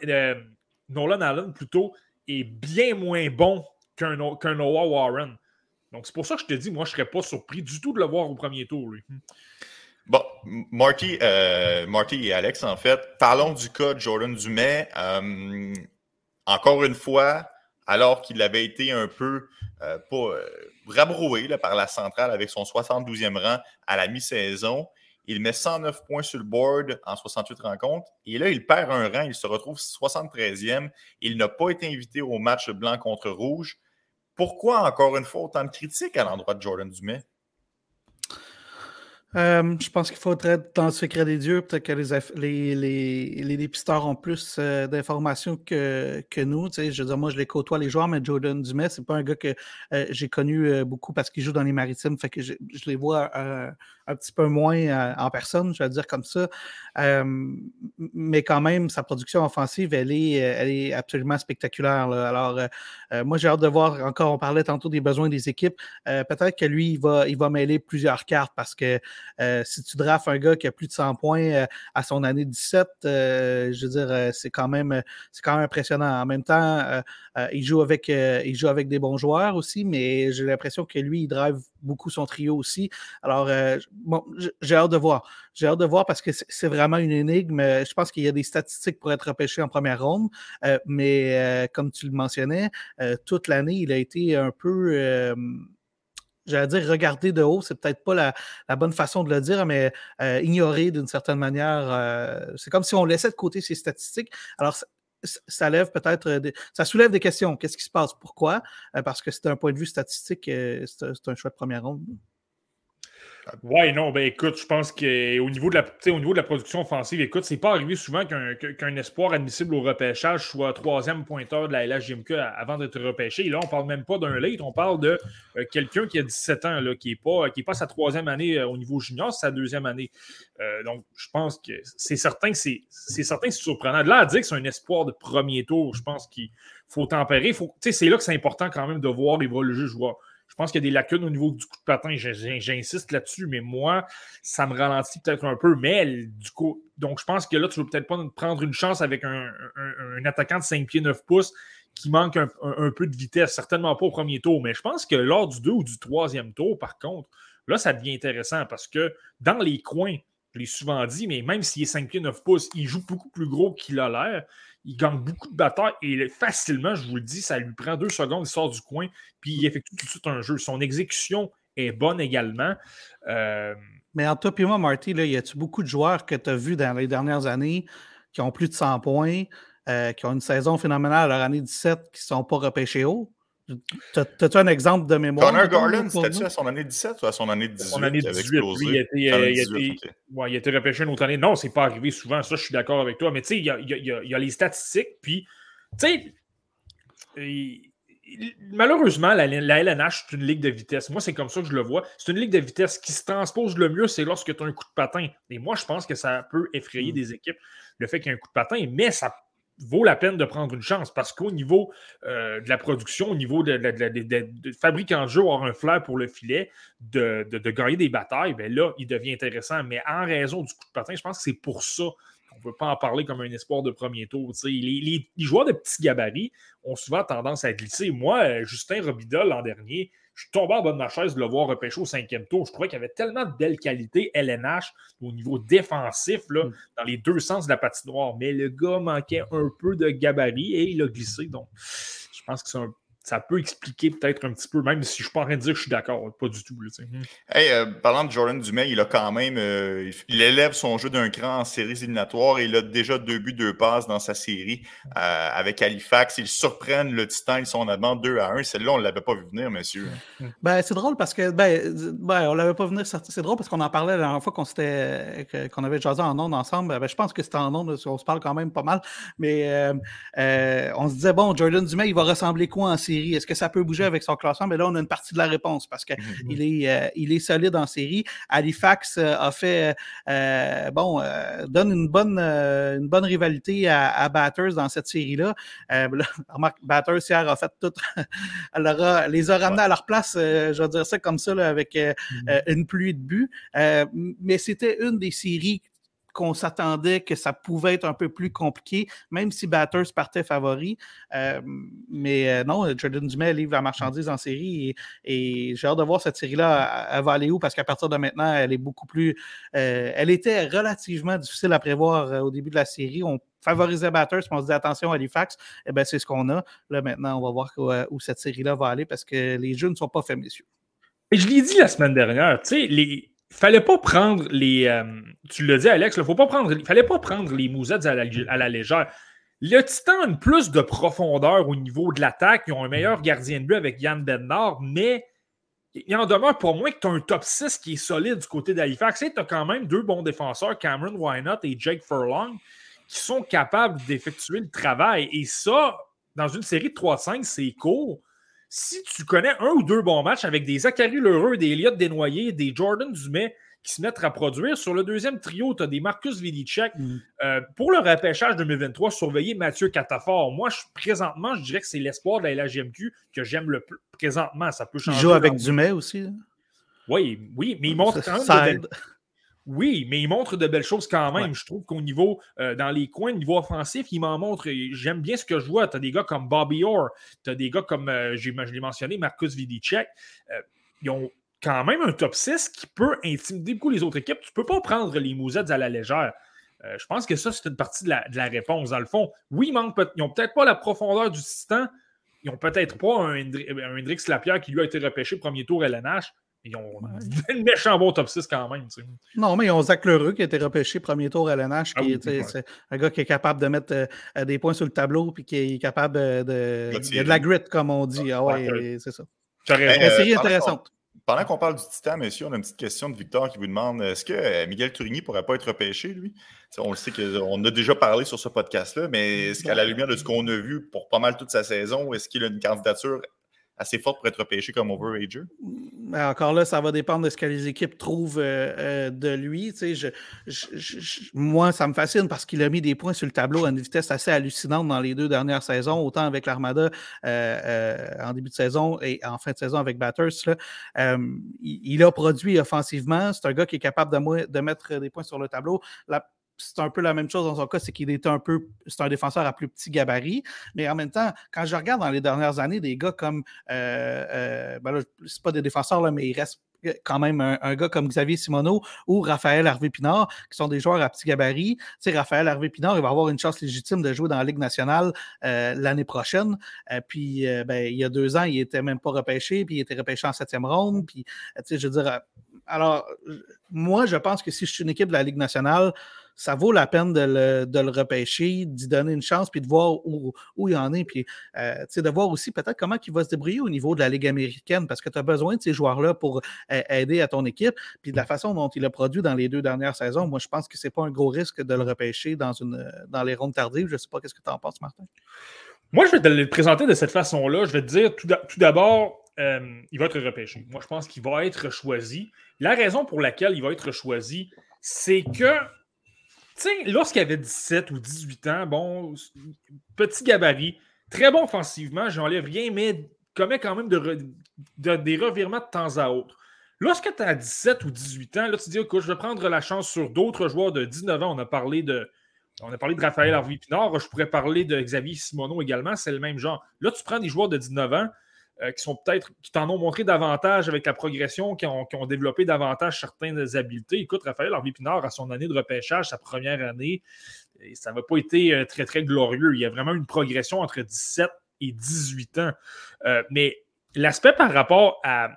Allen, plutôt, est bien moins bon qu'un Noah Warren. Donc, c'est pour ça que je te dis, moi, je ne serais pas surpris du tout de le voir au premier tour, lui. Bon, Marty et Alex, en fait, parlons du cas de Jordan Dumais. Encore une fois, alors qu'il avait été un peu rabroué par la centrale avec son 72e rang à la mi-saison, il met 109 points sur le board en 68 rencontres. Et là, il perd un rang, il se retrouve 73e. Il n'a pas été invité au match blanc contre rouge. Pourquoi, encore une fois, autant de critiques à l'endroit de Jordan Dumais? Je pense qu'il faudrait, dans le secret des dieux, peut-être que les dépisteurs ont plus d'informations que nous. Tu sais, je veux dire, moi, je les côtoie les joueurs, mais Jordan Dumais, c'est pas un gars que j'ai connu beaucoup parce qu'il joue dans les Maritimes. Fait que je les vois un petit peu moins en personne, je vais le dire comme ça. Mais quand même, sa production offensive, elle est absolument spectaculaire. Là. Alors, moi, j'ai hâte de voir, encore, on parlait tantôt des besoins des équipes. Peut-être que lui, il va mêler plusieurs cartes parce que si tu drafts un gars qui a plus de 100 points à son année 17, je veux dire, c'est quand même impressionnant. En même temps, il joue avec des bons joueurs aussi, mais j'ai l'impression que lui, il drive beaucoup son trio aussi. Alors, bon, j'ai hâte de voir. J'ai hâte de voir parce que c'est vraiment une énigme. Je pense qu'il y a des statistiques pour être repêché en première ronde, mais comme tu le mentionnais, toute l'année, il a été un peu... j'allais dire regarder de haut, c'est peut-être pas la bonne façon de le dire, mais ignorer d'une certaine manière. C'est comme si on laissait de côté ses statistiques. Alors, ça lève peut-être ça soulève des questions. Qu'est-ce qui se passe? Pourquoi? Parce que c'est un point de vue statistique, c'est un choix de première ronde. Oui, non, ben écoute, je pense qu'au niveau de la production offensive, écoute, c'est pas arrivé souvent qu'un espoir admissible au repêchage soit troisième pointeur de la LHJMQ avant d'être repêché. Et là, on parle même pas d'un late, on parle de quelqu'un qui a 17 ans, là, qui est pas sa troisième année au niveau junior, c'est sa deuxième année. Donc, je pense que c'est certain que c'est surprenant. De là à dire que c'est un espoir de premier tour, je pense qu'il faut tempérer. C'est là que c'est important quand même de voir évoluer le joueur. Je pense qu'il y a des lacunes au niveau du coup de patin. J'insiste là-dessus, mais moi, ça me ralentit peut-être un peu. Mais du coup, donc je pense que là, tu ne veux peut-être pas prendre une chance avec un attaquant de 5 pieds 9 pouces qui manque un peu de vitesse. Certainement pas au premier tour. Mais je pense que lors du 2 ou du 3e tour, par contre, là, ça devient intéressant parce que dans les coins, je l'ai souvent dit, mais même s'il est 5 pieds 9 pouces, il joue beaucoup plus gros qu'il a l'air. Il gagne beaucoup de batailles et facilement, je vous le dis, ça lui prend 2 secondes, il sort du coin, puis il effectue tout de suite un jeu. Son exécution est bonne également. Mais entre toi et moi, Marty, là, y a-tu beaucoup de joueurs que tu as vus dans les dernières années qui ont plus de 100 points, qui ont une saison phénoménale à leur année 17, qui ne sont pas repêchés haut? T'as-tu un exemple de mémoire? Connor Garland, c'était-tu à son année 17 ou à son année 18 son année qui avait 18, explosé? lui, il a a été repêché une autre année. Non, c'est pas arrivé souvent. Ça, je suis d'accord avec toi. Mais tu sais, il y a les statistiques. Puis, tu sais, malheureusement, la LNH, c'est une ligue de vitesse. Moi, c'est comme ça que je le vois. C'est une ligue de vitesse qui se transpose le mieux, c'est lorsque tu as un coup de patin. Et moi, je pense que ça peut effrayer des équipes, le fait qu'il y ait un coup de patin, mais ça vaut la peine de prendre une chance parce qu'au niveau de la production, au niveau de fabricant de jeu, avoir un flair pour le filet, de gagner des batailles, bien là, il devient intéressant. Mais en raison du coup de patin, je pense que c'est pour ça qu'on ne peut pas en parler comme un espoir de premier tour. Les joueurs de petits gabarits ont souvent tendance à glisser. Moi, Justin Robida, l'an dernier, je suis tombé en bas de ma chaise de le voir repêcher au 5e tour. Je trouvais qu'il y avait tellement de belles qualités LNH au niveau défensif, là, dans les deux sens de la patinoire. Mais le gars manquait un peu de gabarit et il a glissé. Donc, je pense que ça peut expliquer peut-être un petit peu, même si je ne suis pas en train de dire que je suis d'accord. Pas du tout. Parlant de Jordan Dumais, il a quand même il élève son jeu d'un cran en séries éliminatoires et il a déjà 2 buts, 2 passes dans sa série avec Halifax. Ils surprennent le Titan, ils sont en avant 2-1. Celle-là, on ne l'avait pas vu venir, monsieur. Ben, c'est drôle parce que on l'avait pas venir. C'est drôle parce qu'on en parlait la dernière fois qu'on avait jasé en ondes ensemble. Ben, je pense que c'était en ondes, on se parle quand même pas mal. Mais on se disait, bon, Jordan Dumais, il va ressembler quoi en série? Est-ce que ça peut bouger avec son classement? Mais là, on a une partie de la réponse parce qu'il est solide en série. Halifax a fait donne une bonne rivalité à Batters dans cette série-là. Remarque, Batters hier a fait tout. Les a ramenés à leur place, je vais dire ça comme ça, là, avec une pluie de buts. Mais c'était une des séries qu'on s'attendait que ça pouvait être un peu plus compliqué, même si Batters partait favori. Mais non, Jordan Dumais livre la marchandise en série et j'ai hâte de voir cette série-là, elle va aller où, parce qu'à partir de maintenant, elle est beaucoup plus... elle était relativement difficile à prévoir au début de la série. On favorisait Batters, puis on se dit attention à Halifax. Eh bien, c'est ce qu'on a. Là, maintenant, on va voir où cette série-là va aller parce que les jeux ne sont pas faits, messieurs. Et je l'ai dit la semaine dernière, tu sais, fallait pas prendre les... tu l'as dit, Alex, fallait pas prendre les Mousettes à la légère. Le Titan a plus de profondeur au niveau de l'attaque. Ils ont un meilleur gardien de but avec Yann Bednar, mais il en demeure pour moi que tu as un top 6 qui est solide du côté d'Halifax. Tu as quand même 2 bons défenseurs, Cameron Wynott et Jake Furlong, qui sont capables d'effectuer le travail. Et ça, dans une série de 3-5, c'est court. Si tu connais 1 ou 2 bons matchs avec des Zachary Lheureux, des Elliott Desnoyers, des Jordan Dumais qui se mettent à produire, sur le deuxième trio, tu as des Marcus Vidicek. Pour le repêchage 2023, surveiller Mathieu Catafort. Moi, présentement, je dirais que c'est l'espoir de la LHJMQ que j'aime le plus. Présentement, ça peut changer. Il joue avec Dumais aussi. Oui, mais il montre quand même... Oui, mais il montre de belles choses quand même. Ouais. Je trouve qu'au niveau, dans les coins, au niveau offensif, il m'en montre. J'aime bien ce que je vois. Tu as des gars comme Bobby Orr, tu as des gars comme, je l'ai mentionné, Marcus Vidicek. Ils ont quand même un top 6 qui peut intimider beaucoup les autres équipes. Tu ne peux pas prendre les Mousettes à la légère. Je pense que ça, c'est une partie de la réponse. Dans le fond, oui, ils n'ont peut-être pas la profondeur du Titan. Ils n'ont peut-être pas un Hendrix Lapierre qui lui a été repêché premier tour LNH. Ils ont un méchant bon top 6 quand même. Tu sais. Non, mais ils ont Zach Lheureux qui a été repêché premier tour à LNH. C'est un gars qui est capable de mettre des points sur le tableau puis qui est capable de... Il y a de la grit, comme on dit. Ah ouais, c'est ça. Une série intéressante. Pendant qu'on parle du Titan, messieurs, on a une petite question de Victor qui vous demande est-ce que Miguel Tourigny ne pourrait pas être repêché, lui? T'sais, on le sait qu'on a déjà parlé sur ce podcast-là, mais est-ce qu'à la lumière de ce qu'on a vu pour pas mal toute sa saison, est-ce qu'il a une candidature assez forte pour être repêché comme overager? Encore là, ça va dépendre de ce que les équipes trouvent de lui. Moi, ça me fascine parce qu'il a mis des points sur le tableau à une vitesse assez hallucinante dans les 2 dernières saisons, autant avec l'Armada en début de saison et en fin de saison avec Batters. Là. Il a produit offensivement. C'est un gars qui est capable de mettre des points sur le tableau. C'est un peu la même chose dans son cas, c'est qu'il est c'est un défenseur à plus petit gabarit, mais en même temps, quand je regarde dans les dernières années, des gars comme, là, c'est pas des défenseurs, là, mais il reste quand même un gars comme Xavier Simoneau ou Raphaël Harvey-Pinard, qui sont des joueurs à petit gabarit. Tu sais, Raphaël Harvey-Pinard, il va avoir une chance légitime de jouer dans la Ligue nationale l'année prochaine. Puis, il y a 2 ans, il n'était même pas repêché, puis il était repêché en 7e ronde. Puis, tu sais, je veux dire... Alors, moi, je pense que si je suis une équipe de la Ligue nationale, ça vaut la peine de le repêcher, d'y donner une chance, puis de voir où il en est, puis de voir aussi peut-être comment il va se débrouiller au niveau de la Ligue américaine, parce que tu as besoin de ces joueurs-là pour aider à ton équipe. Puis de la façon dont il a produit dans les 2 dernières saisons, moi, je pense que c'est pas un gros risque de le repêcher dans les rondes tardives. Je sais pas qu'est-ce que tu en penses, Martin. Moi, je vais te le présenter de cette façon-là. Je vais te dire tout d'abord, il va être repêché. Moi, je pense qu'il va être choisi. La raison pour laquelle il va être choisi, c'est que, tu sais, lorsqu'il avait 17 ou 18 ans, bon, petit gabarit, très bon offensivement, j'enlève rien, mais commet quand même des revirements de temps à autre. Lorsque tu as 17 ou 18 ans, là, tu te dis, écoute, je vais prendre la chance sur d'autres joueurs de 19 ans. On a parlé de Raphaël Harvey-Pinard. Je pourrais parler de Xavier Simoneau également. C'est le même genre. Là, tu prends des joueurs de 19 ans qui t'en ont montré davantage avec la progression, qui ont développé davantage certaines habiletés. Écoute, Raphaël Harvey-Pinard, à son année de repêchage, sa première année, ça n'a pas été très, très glorieux. Il y a vraiment une progression entre 17 et 18 ans. Mais l'aspect par rapport à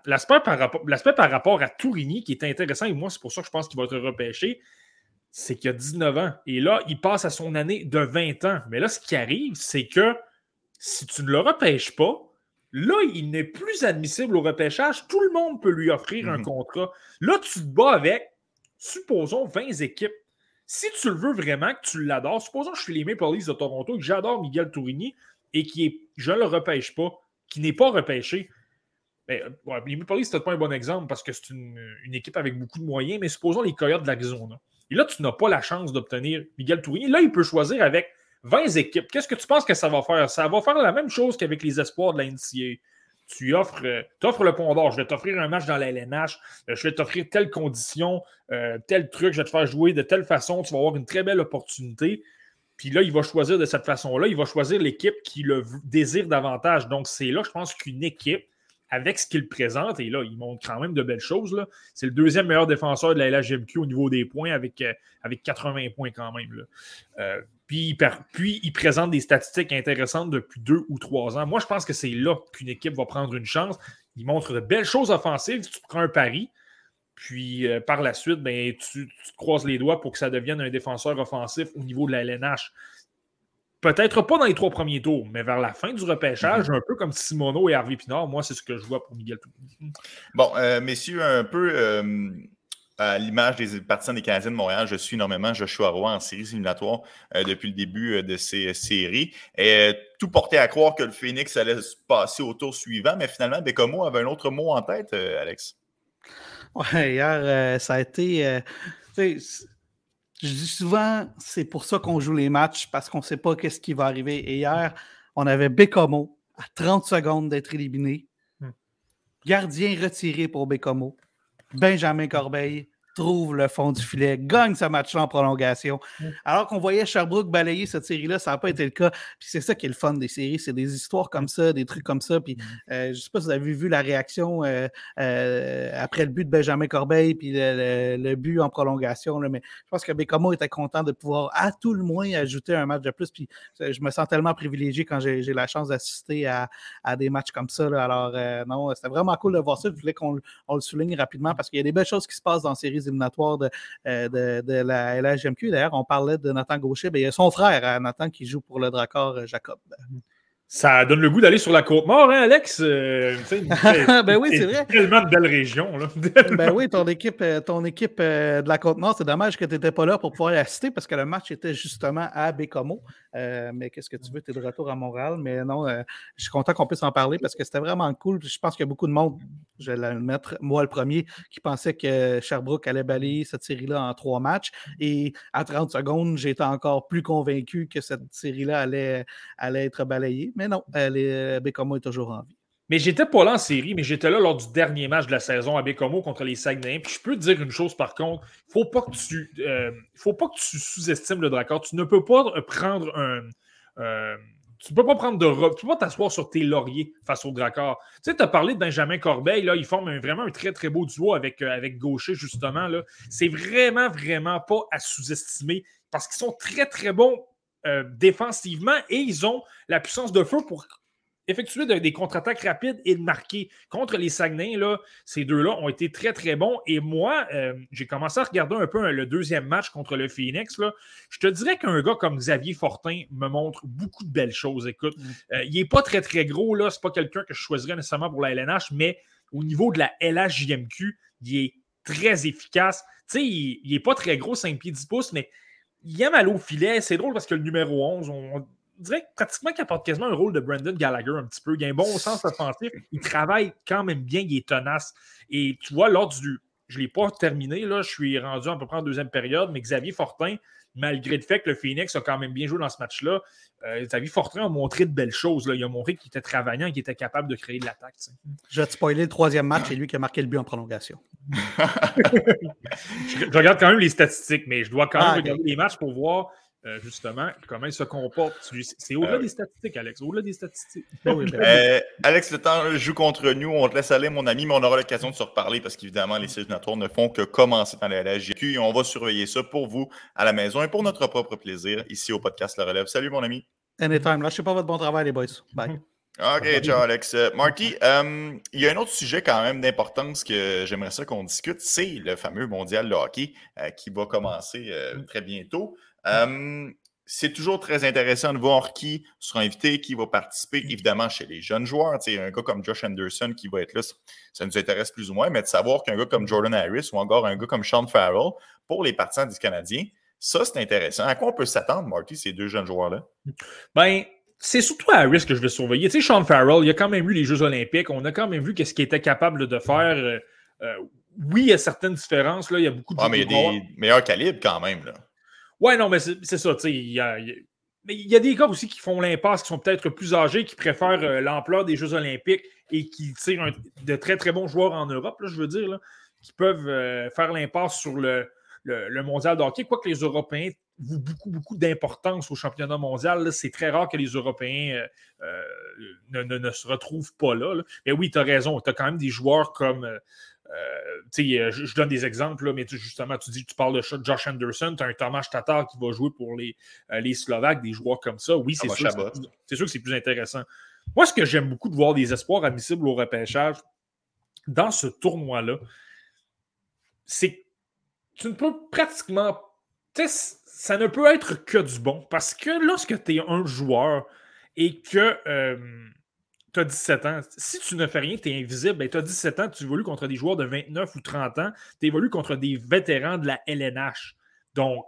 Tourigny qui est intéressant, et moi, c'est pour ça que je pense qu'il va être repêché, c'est qu'il a 19 ans. Et là, il passe à son année de 20 ans. Mais là, ce qui arrive, c'est que si tu ne le repêches pas, là, il n'est plus admissible au repêchage. Tout le monde peut lui offrir un contrat. Là, tu te bats avec, supposons, 20 équipes. Si tu le veux vraiment, que tu l'adores, supposons que je suis les Maple Leafs de Toronto et que j'adore Miguel Tourigny et je ne le repêche pas, qui n'est pas repêché. Les Maple Leafs, c'est peut-être pas un bon exemple parce que c'est une équipe avec beaucoup de moyens, mais supposons les Coyotes de l'Arizona. Et là, tu n'as pas la chance d'obtenir Miguel Tourigny. Là, il peut choisir avec 20 équipes. Qu'est-ce que tu penses que ça va faire? Ça va faire la même chose qu'avec les espoirs de la NCAA. Tu offres le pont d'or. Je vais t'offrir un match dans la LNH. Je vais t'offrir telle condition, tel truc. Je vais te faire jouer de telle façon. Tu vas avoir une très belle opportunité. Puis là, il va choisir de cette façon-là. Il va choisir l'équipe qui le désire davantage. Donc, c'est là, je pense qu'une équipe, avec ce qu'il présente, et là, il montre quand même de belles choses. Là. C'est le 2e meilleur défenseur de la LHJMQ au niveau des points avec 80 points quand même. Là. Puis il présente des statistiques intéressantes depuis 2 ou 3 ans. Moi, je pense que c'est là qu'une équipe va prendre une chance. Il montre de belles choses offensives. Tu prends un pari. Puis par la suite, ben, tu te croises les doigts pour que ça devienne un défenseur offensif au niveau de la LNH. Peut-être pas dans les 3 premiers tours, mais vers la fin du repêchage, un peu comme Simoneau et Harvey-Pinard, moi, c'est ce que je vois pour Miguel Tourigny. Bon, messieurs, un peu à l'image des partisans des Canadiens de Montréal, je suis énormément Joshua Roy en séries éliminatoires depuis le début de ces séries. Et tout portait à croire que le Phoenix allait se passer au tour suivant, mais finalement, Bécomo avait un autre mot en tête, Alex. Ouais, hier, ça a été... je dis souvent, c'est pour ça qu'on joue les matchs, parce qu'on ne sait pas qu'est-ce qui va arriver. Et hier, on avait Bécomo à 30 secondes d'être éliminé. Gardien retiré pour Bécomo. Benjamin Corbeil trouve le fond du filet, gagne ce match-là en prolongation. Alors qu'on voyait Sherbrooke balayer cette série-là, ça n'a pas été le cas. Puis c'est ça qui est le fun des séries, c'est des histoires comme ça, des trucs comme ça. Puis je ne sais pas si vous avez vu la réaction après le but de Benjamin Corbeil, puis le but en prolongation, là, mais je pense que Bécomo était content de pouvoir à tout le moins ajouter un match de plus. Puis je me sens tellement privilégié quand j'ai la chance d'assister à des matchs comme ça. Là. Alors non, c'était vraiment cool de voir ça. Je voulais qu'on le souligne rapidement parce qu'il y a des belles choses qui se passent dans séries éliminatoires de la LHJMQ. D'ailleurs, on parlait de Nathan Gaucher. Bien, il y a son frère, Nathan, qui joue pour le Dracor Jacob. Ça donne le goût d'aller sur la Côte-Nord, hein, Alex? Ben oui, c'est vrai. Tellement de belles régions. Là. Ben oui, ton équipe de la Côte-Nord, c'est dommage que tu n'étais pas là pour pouvoir assister parce que le match était justement à Bécomo. Mais qu'est-ce que tu veux, tu es de retour à Montréal. Mais non, je suis content qu'on puisse en parler parce que c'était vraiment cool. Je pense qu'il y a beaucoup de monde, je vais le mettre, moi le premier, qui pensait que Sherbrooke allait balayer cette série-là en 3 matchs. Et à 30 secondes, j'étais encore plus convaincu que cette série-là allait être balayée. Mais non, Bécomo est toujours en vie. Mais j'étais pas là en série, mais j'étais là lors du dernier match de la saison à Bécomo contre les Saguenayens. Puis je peux te dire une chose par contre, faut pas que tu sous-estimes le Dracor. Tu ne peux pas prendre tu peux pas t'asseoir sur tes lauriers face au Dracor. Tu sais, tu as parlé de Benjamin Corbeil, là, ils forment vraiment un très, très beau duo avec Gaucher, justement. Là. C'est vraiment, vraiment pas à sous-estimer parce qu'ils sont très, très bons défensivement et ils ont la puissance de feu pour effectuer des contre-attaques rapides et de marquer. Contre les Saguenay, là, ces deux-là ont été très, très bons. Et moi, j'ai commencé à regarder un peu le deuxième match contre le Phoenix. Là. Je te dirais qu'un gars comme Xavier Fortin me montre beaucoup de belles choses. Écoute, il n'est pas très, très gros. Ce n'est pas quelqu'un que je choisirais nécessairement pour la LNH, mais au niveau de la LHJMQ, il est très efficace. Tu sais, il n'est pas très gros, 5 pieds 10 pouces, mais il aime aller au filet. C'est drôle parce que le numéro 11, on dirait pratiquement qu'il apporte quasiment un rôle de Brandon Gallagher un petit peu. Il a un bon sens offensif. Il travaille quand même bien. Il est tenace. Et tu vois, je ne l'ai pas terminé. Là, je suis rendu à peu près en deuxième période, mais Xavier Fortin, malgré le fait que le Phoenix a quand même bien joué dans ce match-là, Xavier Fortin a montré de belles choses. Là. Il a montré qu'il était travaillant et qu'il était capable de créer de l'attaque. T'sais. Je vais te spoiler le troisième match, c'est lui qui a marqué le but en prolongation. Je regarde quand même les statistiques, mais je dois quand même regarder les matchs pour voir justement comment il se comporte. C'est au-delà des statistiques, Alex. Au-delà des statistiques. Alex, le temps joue contre nous. On te laisse aller, mon ami, mais on aura l'occasion de se reparler parce qu'évidemment, les séries éliminatoires ne font que commencer dans la LHJMQ et on va surveiller ça pour vous à la maison et pour notre propre plaisir ici au podcast La Relève. Salut, mon ami. Anytime. Lâchez pas votre bon travail, les boys. Bye. OK, ciao, Alex. Marty, il y a un autre sujet quand même d'importance que j'aimerais ça qu'on discute. C'est le fameux mondial de hockey qui va commencer très bientôt. C'est toujours très intéressant de voir qui sera invité, qui va participer, évidemment, chez les jeunes joueurs. Tu sais, un gars comme Josh Anderson qui va être là, ça nous intéresse plus ou moins, mais de savoir qu'un gars comme Jordan Harris ou encore un gars comme Sean Farrell, pour les partisans du Canadien, ça, c'est intéressant. À quoi on peut s'attendre, Marty, ces deux jeunes joueurs-là? Ben, c'est surtout Harris que je vais surveiller. Tu sais, Sean Farrell, il a quand même eu les Jeux olympiques. On a quand même vu qu'est-ce qu'il était capable de faire. Oui, il y a certaines différences. Là. Il y a beaucoup de... mais il y a des meilleurs calibres quand même, là. Ouais, non, mais c'est ça, tu sais. Mais il y a des gars aussi qui font l'impasse, qui sont peut-être plus âgés, qui préfèrent l'ampleur des Jeux olympiques et qui tirent de très, très bons joueurs en Europe, là, je veux dire, là, qui peuvent faire l'impasse sur le mondial de hockey. Quoique les Européens vouent beaucoup, beaucoup d'importance au championnat mondial, là, c'est très rare que les Européens ne se retrouvent pas là. Mais oui, tu as raison. Tu as quand même des joueurs comme... je donne des exemples, là, mais justement, tu parles de Josh Anderson, tu as un Tomáš Tatar qui va jouer pour les Slovaques, des joueurs comme ça. Oui, c'est sûr que c'est plus intéressant. Moi, ce que j'aime beaucoup de voir des espoirs admissibles au repêchage dans ce tournoi-là, c'est que tu ne peux pratiquement... Ça ne peut être que du bon. Parce que lorsque tu es un joueur et que... tu as 17 ans. Si tu ne fais rien, tu es invisible, tu as 17 ans, tu évolues contre des joueurs de 29 ou 30 ans, tu évolues contre des vétérans de la LNH. Donc,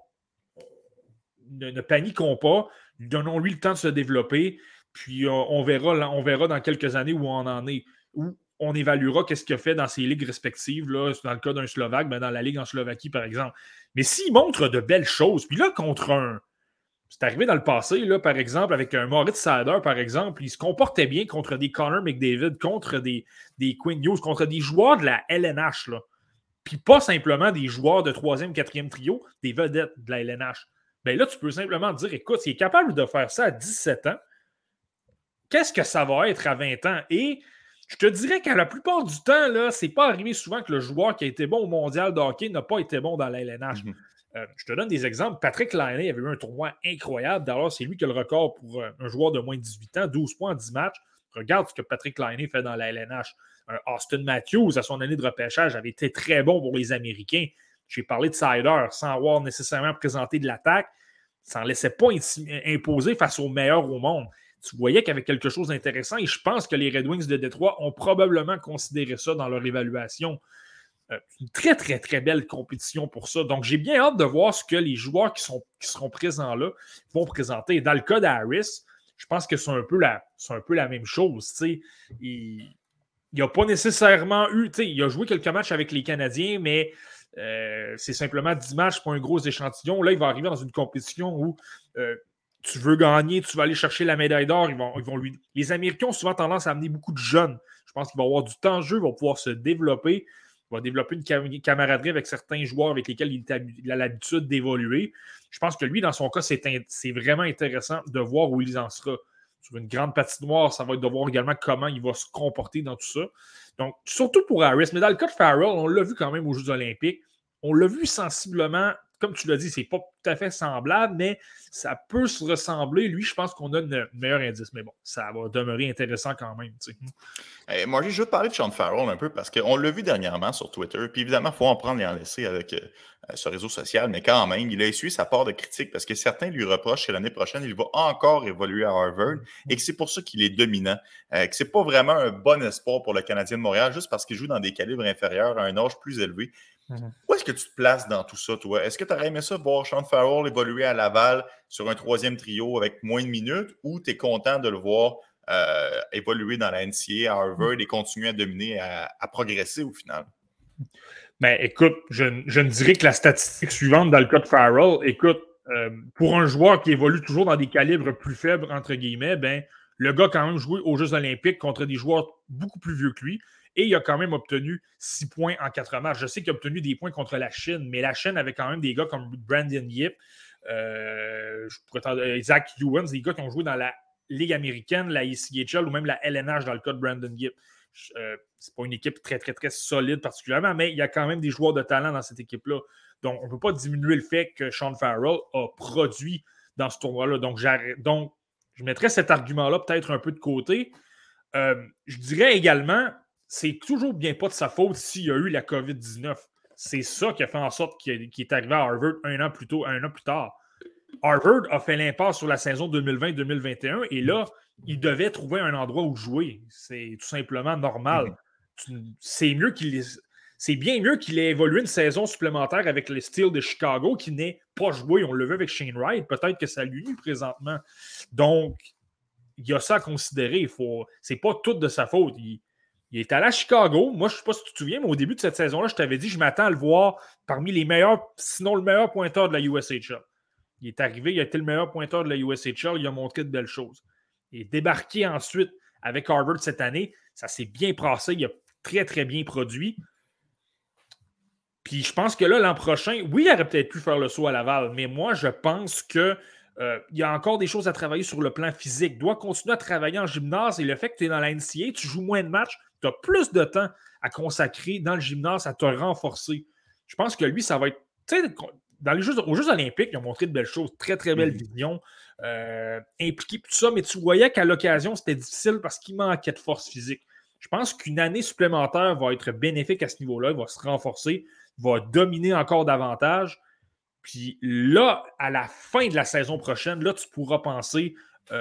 ne paniquons pas, donnons-lui le temps de se développer, puis on verra dans quelques années où on en est, où on évaluera qu'est-ce qu'il a fait dans ses ligues respectives, là, dans le cas d'un Slovaque, dans la Ligue en Slovaquie, par exemple. Mais s'il montre de belles choses, puis là, contre un... C'est arrivé dans le passé, là, par exemple, avec un Moritz Seider, par exemple, il se comportait bien contre des Connor McDavid, contre des Quinn Hughes, contre des joueurs de la LNH, là. Puis pas simplement des joueurs de 3e, 4e trio, des vedettes de la LNH. Bien là, tu peux simplement te dire, écoute, s'il est capable de faire ça à 17 ans, qu'est-ce que ça va être à 20 ans? Et je te dirais qu'à la plupart du temps, là, c'est pas arrivé souvent que le joueur qui a été bon au mondial de hockey n'a pas été bon dans la LNH. Je te donne des exemples. Patrick Laine avait eu un tournoi incroyable. D'ailleurs, c'est lui qui a le record pour un joueur de moins de 18 ans, 12 points en 10 matchs. Regarde ce que Patrick Laine fait dans la LNH. Austin Matthews, à son année de repêchage, avait été très bon pour les Américains. J'ai parlé de Seider sans avoir nécessairement présenté de l'attaque. Ça n'en laissait pas imposer face aux meilleurs au monde. Tu voyais qu'il y avait quelque chose d'intéressant et je pense que les Red Wings de Détroit ont probablement considéré ça dans leur évaluation. Une très, très, très belle compétition pour ça. Donc, j'ai bien hâte de voir ce que les joueurs qui seront présents là vont présenter. Dans le cas d'Harris, je pense que c'est un peu la même chose. T'sais. Il n'a pas nécessairement eu... Il a joué quelques matchs avec les Canadiens, mais c'est simplement 10 matchs pour un gros échantillon. Là, il va arriver dans une compétition où tu veux gagner, tu vas aller chercher la médaille d'or. Les Américains ont souvent tendance à amener beaucoup de jeunes. Je pense qu'il va avoir du temps de jeu, il va pouvoir se développer. Il va développer une camaraderie avec certains joueurs avec lesquels il a l'habitude d'évoluer. Je pense que lui, dans son cas, c'est vraiment intéressant de voir où il en sera. Sur une grande patinoire, ça va être de voir également comment il va se comporter dans tout ça. Donc, surtout pour Harris. Mais dans le cas de Farrell, on l'a vu quand même aux Jeux olympiques. On l'a vu sensiblement comme tu l'as dit, c'est pas tout à fait semblable, mais ça peut se ressembler. Lui, je pense qu'on a un meilleur indice. Mais bon, ça va demeurer intéressant quand même. Moi, je veux te parler de Sean Farrell un peu parce qu'on l'a vu dernièrement sur Twitter. Puis évidemment, il faut en prendre et en laisser avec ce réseau social. Mais quand même, il a essuyé sa part de critique parce que certains lui reprochent que l'année prochaine, il va encore évoluer à Harvard et que c'est pour ça qu'il est dominant. Que c'est pas vraiment un bon espoir pour le Canadien de Montréal juste parce qu'il joue dans des calibres inférieurs à un âge plus élevé. Où est-ce que tu te places dans tout ça, toi? Est-ce que tu aurais aimé ça voir Sean Farrell évoluer à Laval sur un troisième trio avec moins de minutes ou tu es content de le voir évoluer dans la NCAA à Harvard et continuer à dominer, à progresser au final? Ben, écoute, je ne dirais que la statistique suivante dans le cas de Farrell, écoute, pour un joueur qui évolue toujours dans des calibres plus faibles, entre guillemets, ben, le gars a quand même joué aux Jeux olympiques contre des joueurs beaucoup plus vieux que lui. Et il a quand même obtenu 6 points en 4 matchs. Je sais qu'il a obtenu des points contre la Chine, mais la Chine avait quand même des gars comme Brandon Yip, Zach Ewens, des gars qui ont joué dans la Ligue américaine, la ECHL ou même la LNH dans le cas de Brandon Yip. C'est pas une équipe très, très, très solide particulièrement, mais il y a quand même des joueurs de talent dans cette équipe-là. Donc, on ne peut pas diminuer le fait que Sean Farrell a produit dans ce tournoi-là. Donc, je mettrais cet argument-là peut-être un peu de côté. Je dirais également, c'est toujours bien pas de sa faute s'il y a eu la COVID-19. C'est ça qui a fait en sorte qu'il est arrivé à Harvard un an plus tard. Harvard a fait l'impasse sur la saison 2020-2021 et là, il devait trouver un endroit où jouer. C'est tout simplement normal. C'est bien mieux qu'il ait évolué une saison supplémentaire avec les Steelers de Chicago qui n'ait pas joué. On l'a vu avec Shane Wright. Peut-être que ça lui nuit présentement. Donc, il y a ça à considérer. C'est pas tout de sa faute. Il est allé à Chicago. Moi, je ne sais pas si tu te souviens, mais au début de cette saison-là, je t'avais dit, je m'attends à le voir parmi les meilleurs, sinon le meilleur pointeur de la USHL. Il est arrivé, il a été le meilleur pointeur de la USHL, il a montré de belles choses. Il est débarqué ensuite avec Harvard cette année. Ça s'est bien passé, il a très, très bien produit. Puis je pense que là, l'an prochain, oui, il aurait peut-être pu faire le saut à Laval, mais moi, je pense que il y a encore des choses à travailler sur le plan physique. Il doit continuer à travailler en gymnase et le fait que tu es dans la NCAA, tu joues moins de matchs, tu as plus de temps à consacrer dans le gymnase, à te renforcer. Je pense que lui, ça va être... Tu sais, aux Jeux olympiques, ils ont montré de belles choses, très, très belle vision, impliqué, tout ça, mais tu voyais qu'à l'occasion, c'était difficile parce qu'il manquait de force physique. Je pense qu'une année supplémentaire va être bénéfique à ce niveau-là, il va se renforcer, il va dominer encore davantage. Puis là, à la fin de la saison prochaine, là, tu pourras penser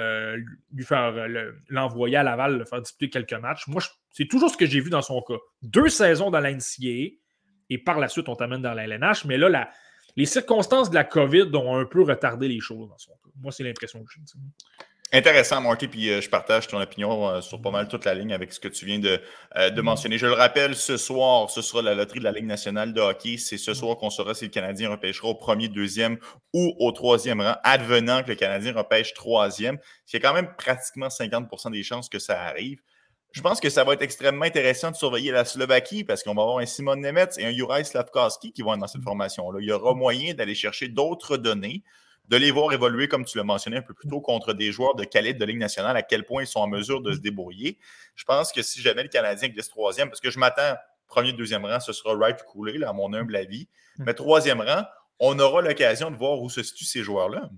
lui faire l'envoyer à Laval, le faire disputer quelques matchs. Moi, c'est toujours ce que j'ai vu dans son cas. 2 saisons dans la NCAA et par la suite, on t'amène dans la LNH. Mais là, les circonstances de la COVID ont un peu retardé les choses dans son cas. Moi, c'est l'impression que j'ai. Intéressant, Marty, puis je partage ton opinion sur pas mal toute la ligne avec ce que tu viens de mentionner. Je le rappelle, ce soir, ce sera la loterie de la Ligue nationale de hockey. C'est ce soir qu'on saura si le Canadien repêchera au premier, deuxième ou au troisième rang, advenant que le Canadien repêche troisième. Il y a quand même pratiquement 50% des chances que ça arrive. Je pense que ça va être extrêmement intéressant de surveiller la Slovaquie parce qu'on va avoir un Simon Nemec et un Juraj Slafkovský qui vont être dans cette formation-là. Il y aura moyen d'aller chercher d'autres données, de les voir évoluer, comme tu l'as mentionné un peu plus tôt, contre des joueurs de calibre de Ligue nationale, à quel point ils sont en mesure de se débrouiller. Je pense que si jamais le Canadien glisse troisième, parce que je m'attends, premier, deuxième rang, ce sera Wright ou Cooley, là, à mon humble avis. Mais troisième rang, on aura l'occasion de voir où se situent ces joueurs-là.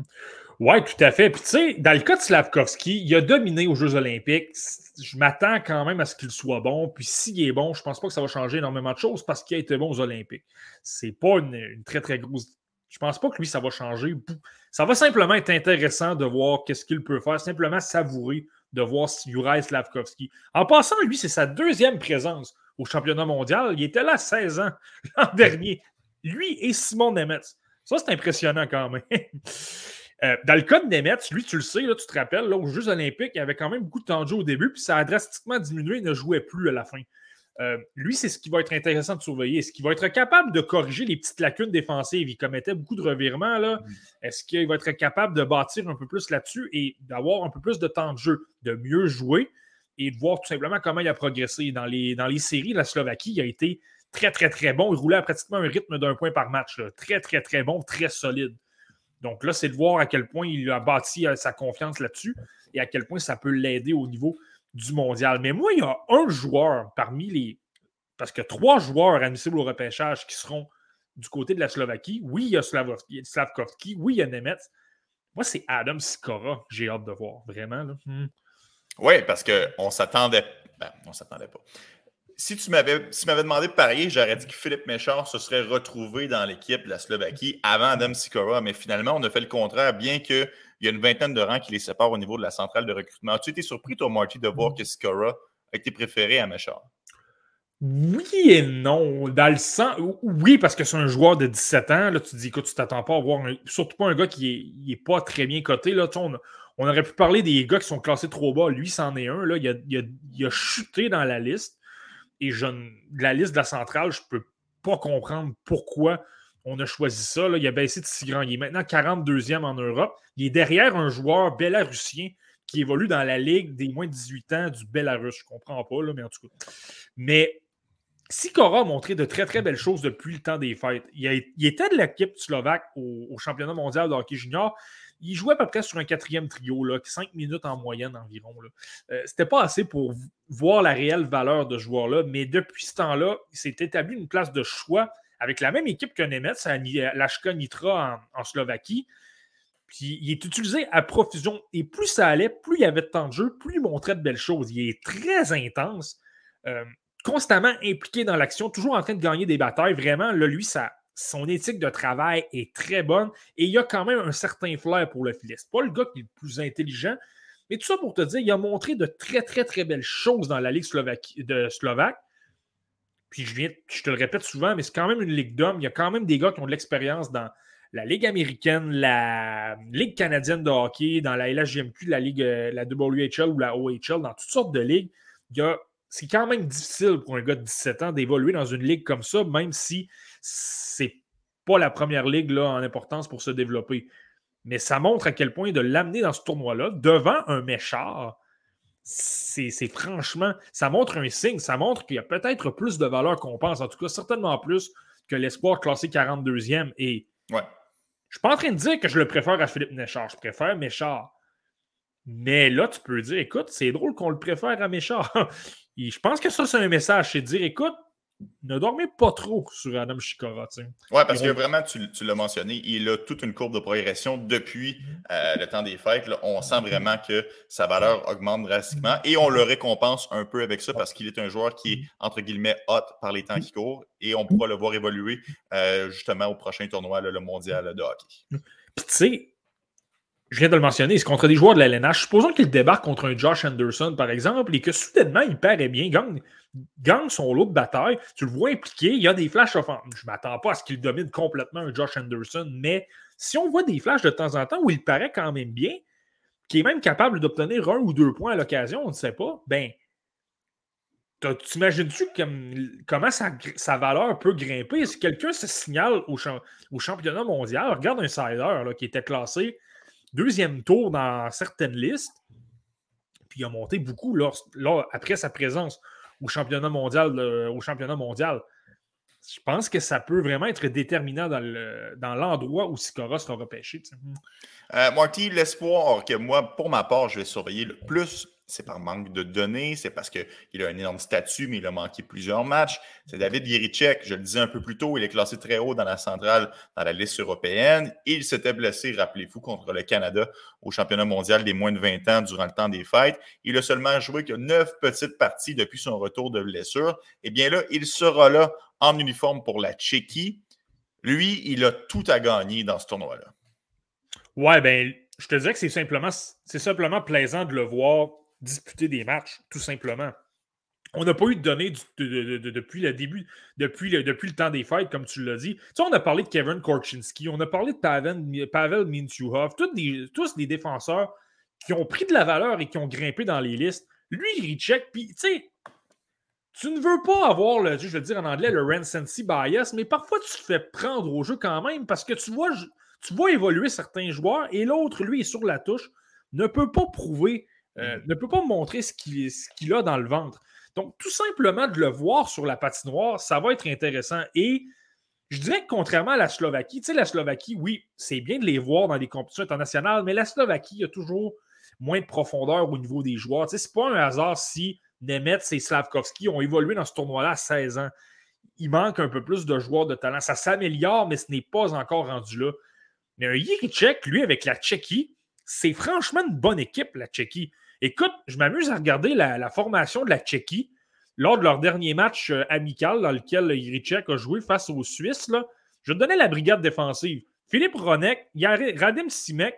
Oui, tout à fait. Puis tu sais, dans le cas de Slafkovský, il a dominé aux Jeux olympiques. Je m'attends quand même à ce qu'il soit bon. Puis s'il est bon, je pense pas que ça va changer énormément de choses parce qu'il a été bon aux Olympiques. C'est pas une très, très grosse... Je pense pas que lui, ça va changer. Ça va simplement être intéressant de voir qu'est-ce qu'il peut faire. Simplement savourer de voir Juraj Slafkovský. En passant, lui, c'est sa 2e présence au championnat mondial. Il était là à 16 ans l'an dernier. Lui et Simon Nemec. Ça, c'est impressionnant quand même. Dans le cas de Nemec, lui, tu le sais, là, tu te rappelles, là, aux Jeux olympiques, il avait quand même beaucoup de temps de jeu au début, puis ça a drastiquement diminué, il ne jouait plus à la fin. Lui, c'est ce qui va être intéressant de surveiller. Est-ce qu'il va être capable de corriger les petites lacunes défensives? Il commettait beaucoup de revirements, là. Est-ce qu'il va être capable de bâtir un peu plus là-dessus et d'avoir un peu plus de temps de jeu, de mieux jouer et de voir tout simplement comment il a progressé? Dans les séries, la Slovaquie, il a été très, très, très bon. Il roulait à pratiquement un rythme d'1 point par match. Là. Très, très, très bon, très solide. Donc là, c'est de voir à quel point il a bâti sa confiance là-dessus et à quel point ça peut l'aider au niveau du mondial. Mais moi, il y a un joueur parmi les... Parce que 3 joueurs admissibles au repêchage qui seront du côté de la Slovaquie. Oui, il y a Slavkovski. Oui, il y a Nemeth. Moi, c'est Adam Sikora que j'ai hâte de voir. Vraiment. Là. Oui, parce qu'on s'attendait. On s'attendait pas. Si tu m'avais demandé de parier, j'aurais dit que Philippe Méchard se serait retrouvé dans l'équipe de la Slovaquie avant Adam Sikora, mais finalement, on a fait le contraire, bien qu'il y a une vingtaine de rangs qui les séparent au niveau de la centrale de recrutement. As-tu été surpris, toi, Marty, de voir que Sikora a été préféré à Méchard? Oui et non. Dans le sens, oui, parce que c'est un joueur de 17 ans. Là, tu te dis, écoute, tu t'attends pas à voir, surtout pas un gars qui est pas très bien coté. Là, on aurait pu parler des gars qui sont classés trop bas. Lui, c'en est un. Là, il a chuté dans la liste. Et la liste de la centrale, je ne peux pas comprendre pourquoi on a choisi ça. Là. Il a baissé de si grand. Il est maintenant 42e en Europe. Il est derrière un joueur bélarussien qui évolue dans la ligue des moins de 18 ans du Bélarus. Je ne comprends pas, là, mais en tout cas. Mais Sikora a montré de très, très belles choses depuis le temps des fêtes. Il était de l'équipe slovaque au championnat mondial de hockey junior. Il jouait à peu près sur un 4e trio, là, 5 minutes en moyenne environ. C'était pas assez pour voir la réelle valeur de ce joueur-là, mais depuis ce temps-là, il s'est établi une place de choix avec la même équipe que Nemeth, à l'HK Nitra en Slovaquie. Puis il est utilisé à profusion. Et plus ça allait, plus il y avait de temps de jeu, plus il montrait de belles choses. Il est très intense, constamment impliqué dans l'action, toujours en train de gagner des batailles. Vraiment, là, lui, son éthique de travail est très bonne et il a quand même un certain flair pour le filet. C'est pas le gars qui est le plus intelligent, mais tout ça pour te dire, il a montré de très, très, très belles choses dans la Ligue slovaque. Puis je te le répète souvent, mais c'est quand même une ligue d'hommes. Il y a quand même des gars qui ont de l'expérience dans la Ligue américaine, la Ligue canadienne de hockey, dans la LHJMQ, la Ligue, la WHL ou la OHL, dans toutes sortes de ligues. C'est quand même difficile pour un gars de 17 ans d'évoluer dans une ligue comme ça, même si c'est pas la première ligue là, en importance pour se développer. Mais ça montre à quel point de l'amener dans ce tournoi-là, devant un Méchard, c'est franchement, ça montre un signe, ça montre qu'il y a peut-être plus de valeur qu'on pense, en tout cas certainement plus que l'espoir classé 42e. Et ouais. Je suis pas en train de dire que je le préfère à Philippe Méchard, je préfère Méchard. Mais là, tu peux dire, écoute, c'est drôle qu'on le préfère à Méchard. Et je pense que ça, c'est un message, c'est de dire, écoute, ne dormez pas trop sur Adam Sikora. Oui, parce que vraiment, tu l'as mentionné, il a toute une courbe de progression depuis le temps des fêtes. Là, on sent vraiment que sa valeur augmente drastiquement et on le récompense un peu avec ça parce qu'il est un joueur qui est, entre guillemets, hot par les temps qui courent et on pourra le voir évoluer justement au prochain tournoi, le mondial de hockey. Puis tu sais, je viens de le mentionner, c'est contre des joueurs de la LNH. Supposons qu'il débarque contre un Josh Anderson, par exemple, et que soudainement, il paraît bien, gagne son lot de bataille. Tu le vois impliqué, il y a des flashs offensifs. Je ne m'attends pas à ce qu'il domine complètement un Josh Anderson, mais si on voit des flashs de temps en temps où il paraît quand même bien, qui est même capable d'obtenir 1 ou 2 points à l'occasion, on ne sait pas, ben, t'imagines-tu comment sa valeur peut grimper? Si quelqu'un se signale au championnat mondial, regarde un Sider là, qui était classé 2e tour dans certaines listes, puis il a monté beaucoup après sa présence au championnat mondial. Je pense que ça peut vraiment être déterminant dans l'endroit où Sikora sera repêché. Marty, l'espoir que moi, pour ma part, je vais surveiller le plus, c'est par manque de données, c'est parce qu'il a un énorme statut, mais il a manqué plusieurs matchs. C'est David Jiricek, je le disais un peu plus tôt, il est classé très haut dans la centrale, dans la liste européenne. Il s'était blessé, rappelez-vous, contre le Canada au championnat mondial des moins de 20 ans durant le temps des fêtes. Il a seulement joué que 9 petites parties depuis son retour de blessure. Eh bien là, il sera là en uniforme pour la Tchéquie. Lui, il a tout à gagner dans ce tournoi-là. Ouais, ben, je te dirais que c'est simplement plaisant de le voir disputer des matchs, tout simplement. On n'a pas eu de données depuis le début, depuis le temps des fêtes, comme tu l'as dit. Tu sais, on a parlé de Kevin Korchinski, on a parlé de Pavel Mintyuhov, tous des défenseurs qui ont pris de la valeur et qui ont grimpé dans les listes. Lui, Jiricek, puis tu sais, tu ne veux pas avoir, je vais le dire en anglais, le recency bias, mais parfois tu te fais prendre au jeu quand même parce que tu vois évoluer certains joueurs et l'autre, lui, est sur la touche, ne peut pas prouver, ne peut pas montrer ce qu'il a dans le ventre. Donc, tout simplement de le voir sur la patinoire, ça va être intéressant. Et je dirais que contrairement à la Slovaquie, tu sais, la Slovaquie, oui, c'est bien de les voir dans des compétitions internationales, mais la Slovaquie a toujours moins de profondeur au niveau des joueurs. Tu sais, c'est pas un hasard si Nemeth et Slavkovski ont évolué dans ce tournoi-là à 16 ans. il manque un peu plus de joueurs de talent. Ça s'améliore, mais ce n'est pas encore rendu là. Mais un Jiricek, lui, avec la Tchéquie, c'est franchement une bonne équipe, la Tchéquie. Écoute, je m'amuse à regarder la formation de la Tchéquie lors de leur dernier match amical dans lequel Jiricek a joué face aux Suisses. Là. Je te donnais la brigade défensive. Philippe Hronek, Radim Simek,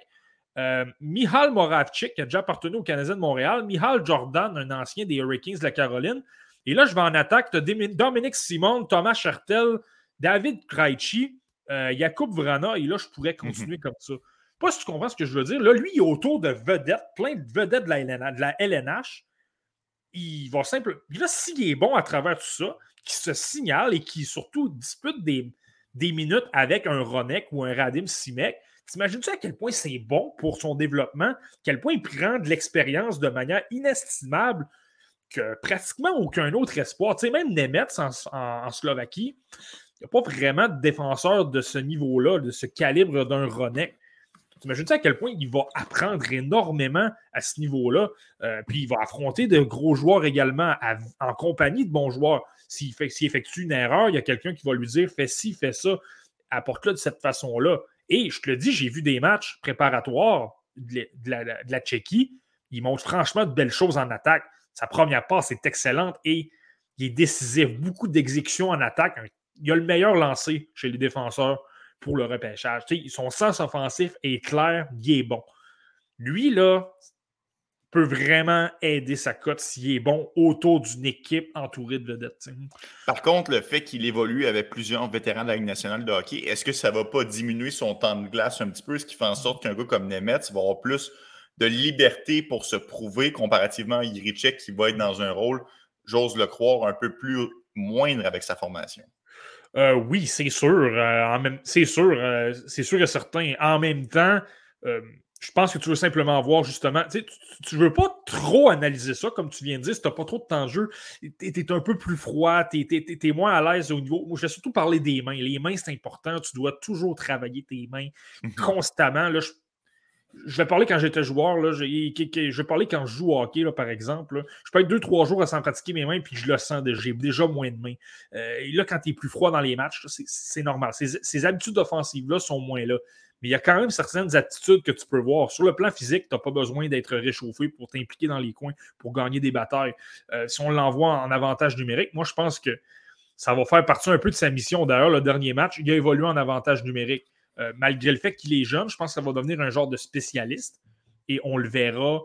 Mihal Moravchik, qui a déjà appartenu au Canadien de Montréal, Mihal Jordan, un ancien des Hurricanes de la Caroline. Et là, je vais en attaque. Tu as Dominique Simon, Thomas Chertel, David Krejci, Jakub Vrana. Et là, je pourrais continuer comme ça. Pas si tu comprends ce que je veux dire. Là, lui, il est autour de vedettes, plein de vedettes de la LNH. Il va simplement. Puis là, s'il est bon à travers tout ça, qui se signale et qui surtout dispute des minutes avec un Hronek ou un Radim Simek, t'imagines-tu à quel point c'est bon pour son développement, à quel point il prend de l'expérience de manière inestimable que pratiquement aucun autre espoir. Tu sais, même Nemeth en Slovaquie, il n'y a pas vraiment de défenseur de ce niveau-là, de ce calibre d'un Hronek. T'imagines-tu à quel point il va apprendre énormément à ce niveau-là? Puis il va affronter de gros joueurs également en compagnie de bons joueurs. S'il effectue une erreur, il y a quelqu'un qui va lui dire « fais ci, fais ça, apporte-le de cette façon-là ». Et je te le dis, j'ai vu des matchs préparatoires de la Tchéquie. Il montre franchement de belles choses en attaque. Sa première passe est excellente et il est décisif. Beaucoup d'exécution en attaque. Il a le meilleur lancé chez les défenseurs pour le repêchage. Tu sais, son sens offensif est clair, il est bon. Lui, là, peut vraiment aider sa cote s'il est bon autour d'une équipe entourée de vedettes. T'sais. Par contre, le fait qu'il évolue avec plusieurs vétérans de la Ligue nationale de hockey, est-ce que ça ne va pas diminuer son temps de glace un petit peu, ce qui fait en sorte qu'un gars comme Nemeth va avoir plus de liberté pour se prouver comparativement à Jiricek qui va être dans un rôle, j'ose le croire, un peu plus moindre avec sa formation? Oui, c'est sûr. C'est sûr et certain. En même temps, je pense que tu veux simplement voir justement, tu veux pas trop analyser ça, comme tu viens de dire, si tu n'as pas trop de temps de jeu, tu es un peu plus froid, tu es moins à l'aise au niveau. Moi, je vais surtout parler des mains. Les mains, c'est important. Tu dois toujours travailler tes mains constamment. Là, je vais parler quand j'étais joueur. Là, je vais parler quand je joue au hockey, là, par exemple. Là. Je peux être 2-3 jours à s'en pratiquer mes mains, puis je le sens. J'ai déjà moins de mains. Et là, quand tu es plus froid dans les matchs, là, c'est normal. Ces habitudes offensives-là sont moins là. Mais il y a quand même certaines attitudes que tu peux voir. Sur le plan physique, tu n'as pas besoin d'être réchauffé pour t'impliquer dans les coins, pour gagner des batailles. Si on l'envoie en avantage numérique, moi, je pense que ça va faire partie un peu de sa mission. D'ailleurs, le dernier match, il a évolué en avantage numérique. Malgré le fait qu'il est jeune, je pense que ça va devenir un genre de spécialiste et on le verra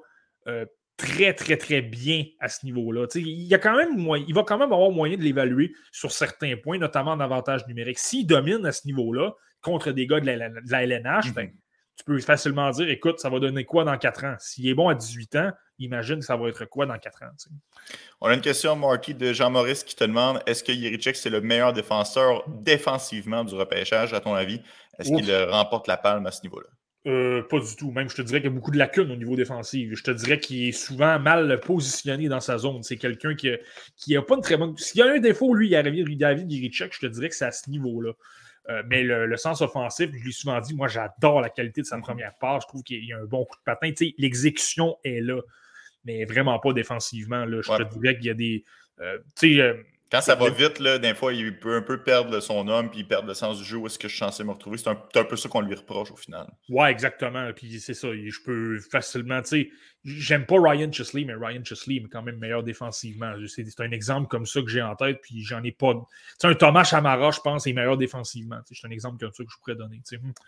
très, très, très bien à ce niveau-là. Il va quand même avoir moyen de l'évaluer sur certains points, notamment en avantage numérique. S'il domine à ce niveau-là contre des gars de la LNH, ben, tu peux facilement dire, écoute, ça va donner quoi dans 4 ans? S'il est bon à 18 ans, imagine que ça va être quoi dans 4 ans? T'sais. On a une question, Marty, de Jean-Maurice qui te demande, est-ce que Jiricek, c'est le meilleur défenseur défensivement du repêchage, à ton avis? Est-ce qu'il remporte la palme à ce niveau-là? Pas du tout. Même, je te dirais qu'il y a beaucoup de lacunes au niveau défensif. Je te dirais qu'il est souvent mal positionné dans sa zone. C'est quelqu'un qui a pas une très bonne... S'il y a un défaut, lui, il arrive David Jiricek, je te dirais que c'est à ce niveau-là. Mais le sens offensif, je l'ai souvent dit, moi, j'adore la qualité de sa première passe. Je trouve qu'il y a un bon coup de patin. T'sais, l'exécution est là, mais vraiment pas défensivement. Là. Je te dirais qu'il y a des... quand ça va vite, là, des fois, il peut un peu perdre son homme puis perdre le sens du jeu. Où est-ce que je suis censé me retrouver? C'est un peu ça qu'on lui reproche au final. Ouais, exactement. Puis c'est ça. Je peux facilement... J'aime pas Ryan Chesley, mais Ryan Chesley est quand même meilleur défensivement. C'est un exemple comme ça que j'ai en tête, puis j'en ai pas... un Thomas Chamara, je pense, est meilleur défensivement. C'est un exemple comme ça que je pourrais donner.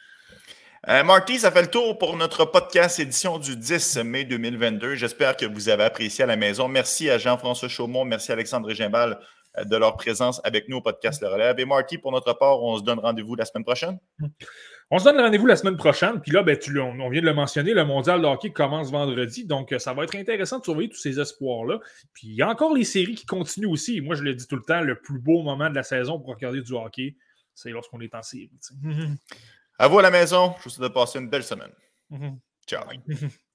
Marty, ça fait le tour pour notre podcast édition du 10 mai 2022. J'espère que vous avez apprécié à la maison. Merci à Jean-François Chaumont, merci à Alexandre Gimbal de leur présence avec nous au podcast Le Relève. Et Marty, pour notre part, on se donne rendez-vous la semaine prochaine? On se donne rendez-vous la semaine prochaine. Puis là, on vient de le mentionner, le mondial de hockey commence vendredi. Donc, ça va être intéressant de surveiller tous ces espoirs-là. Puis, il y a encore les séries qui continuent aussi. Moi, je le dis tout le temps, le plus beau moment de la saison pour regarder du hockey, c'est lorsqu'on est en série. À vous à la maison. Je vous souhaite de passer une belle semaine. Ciao.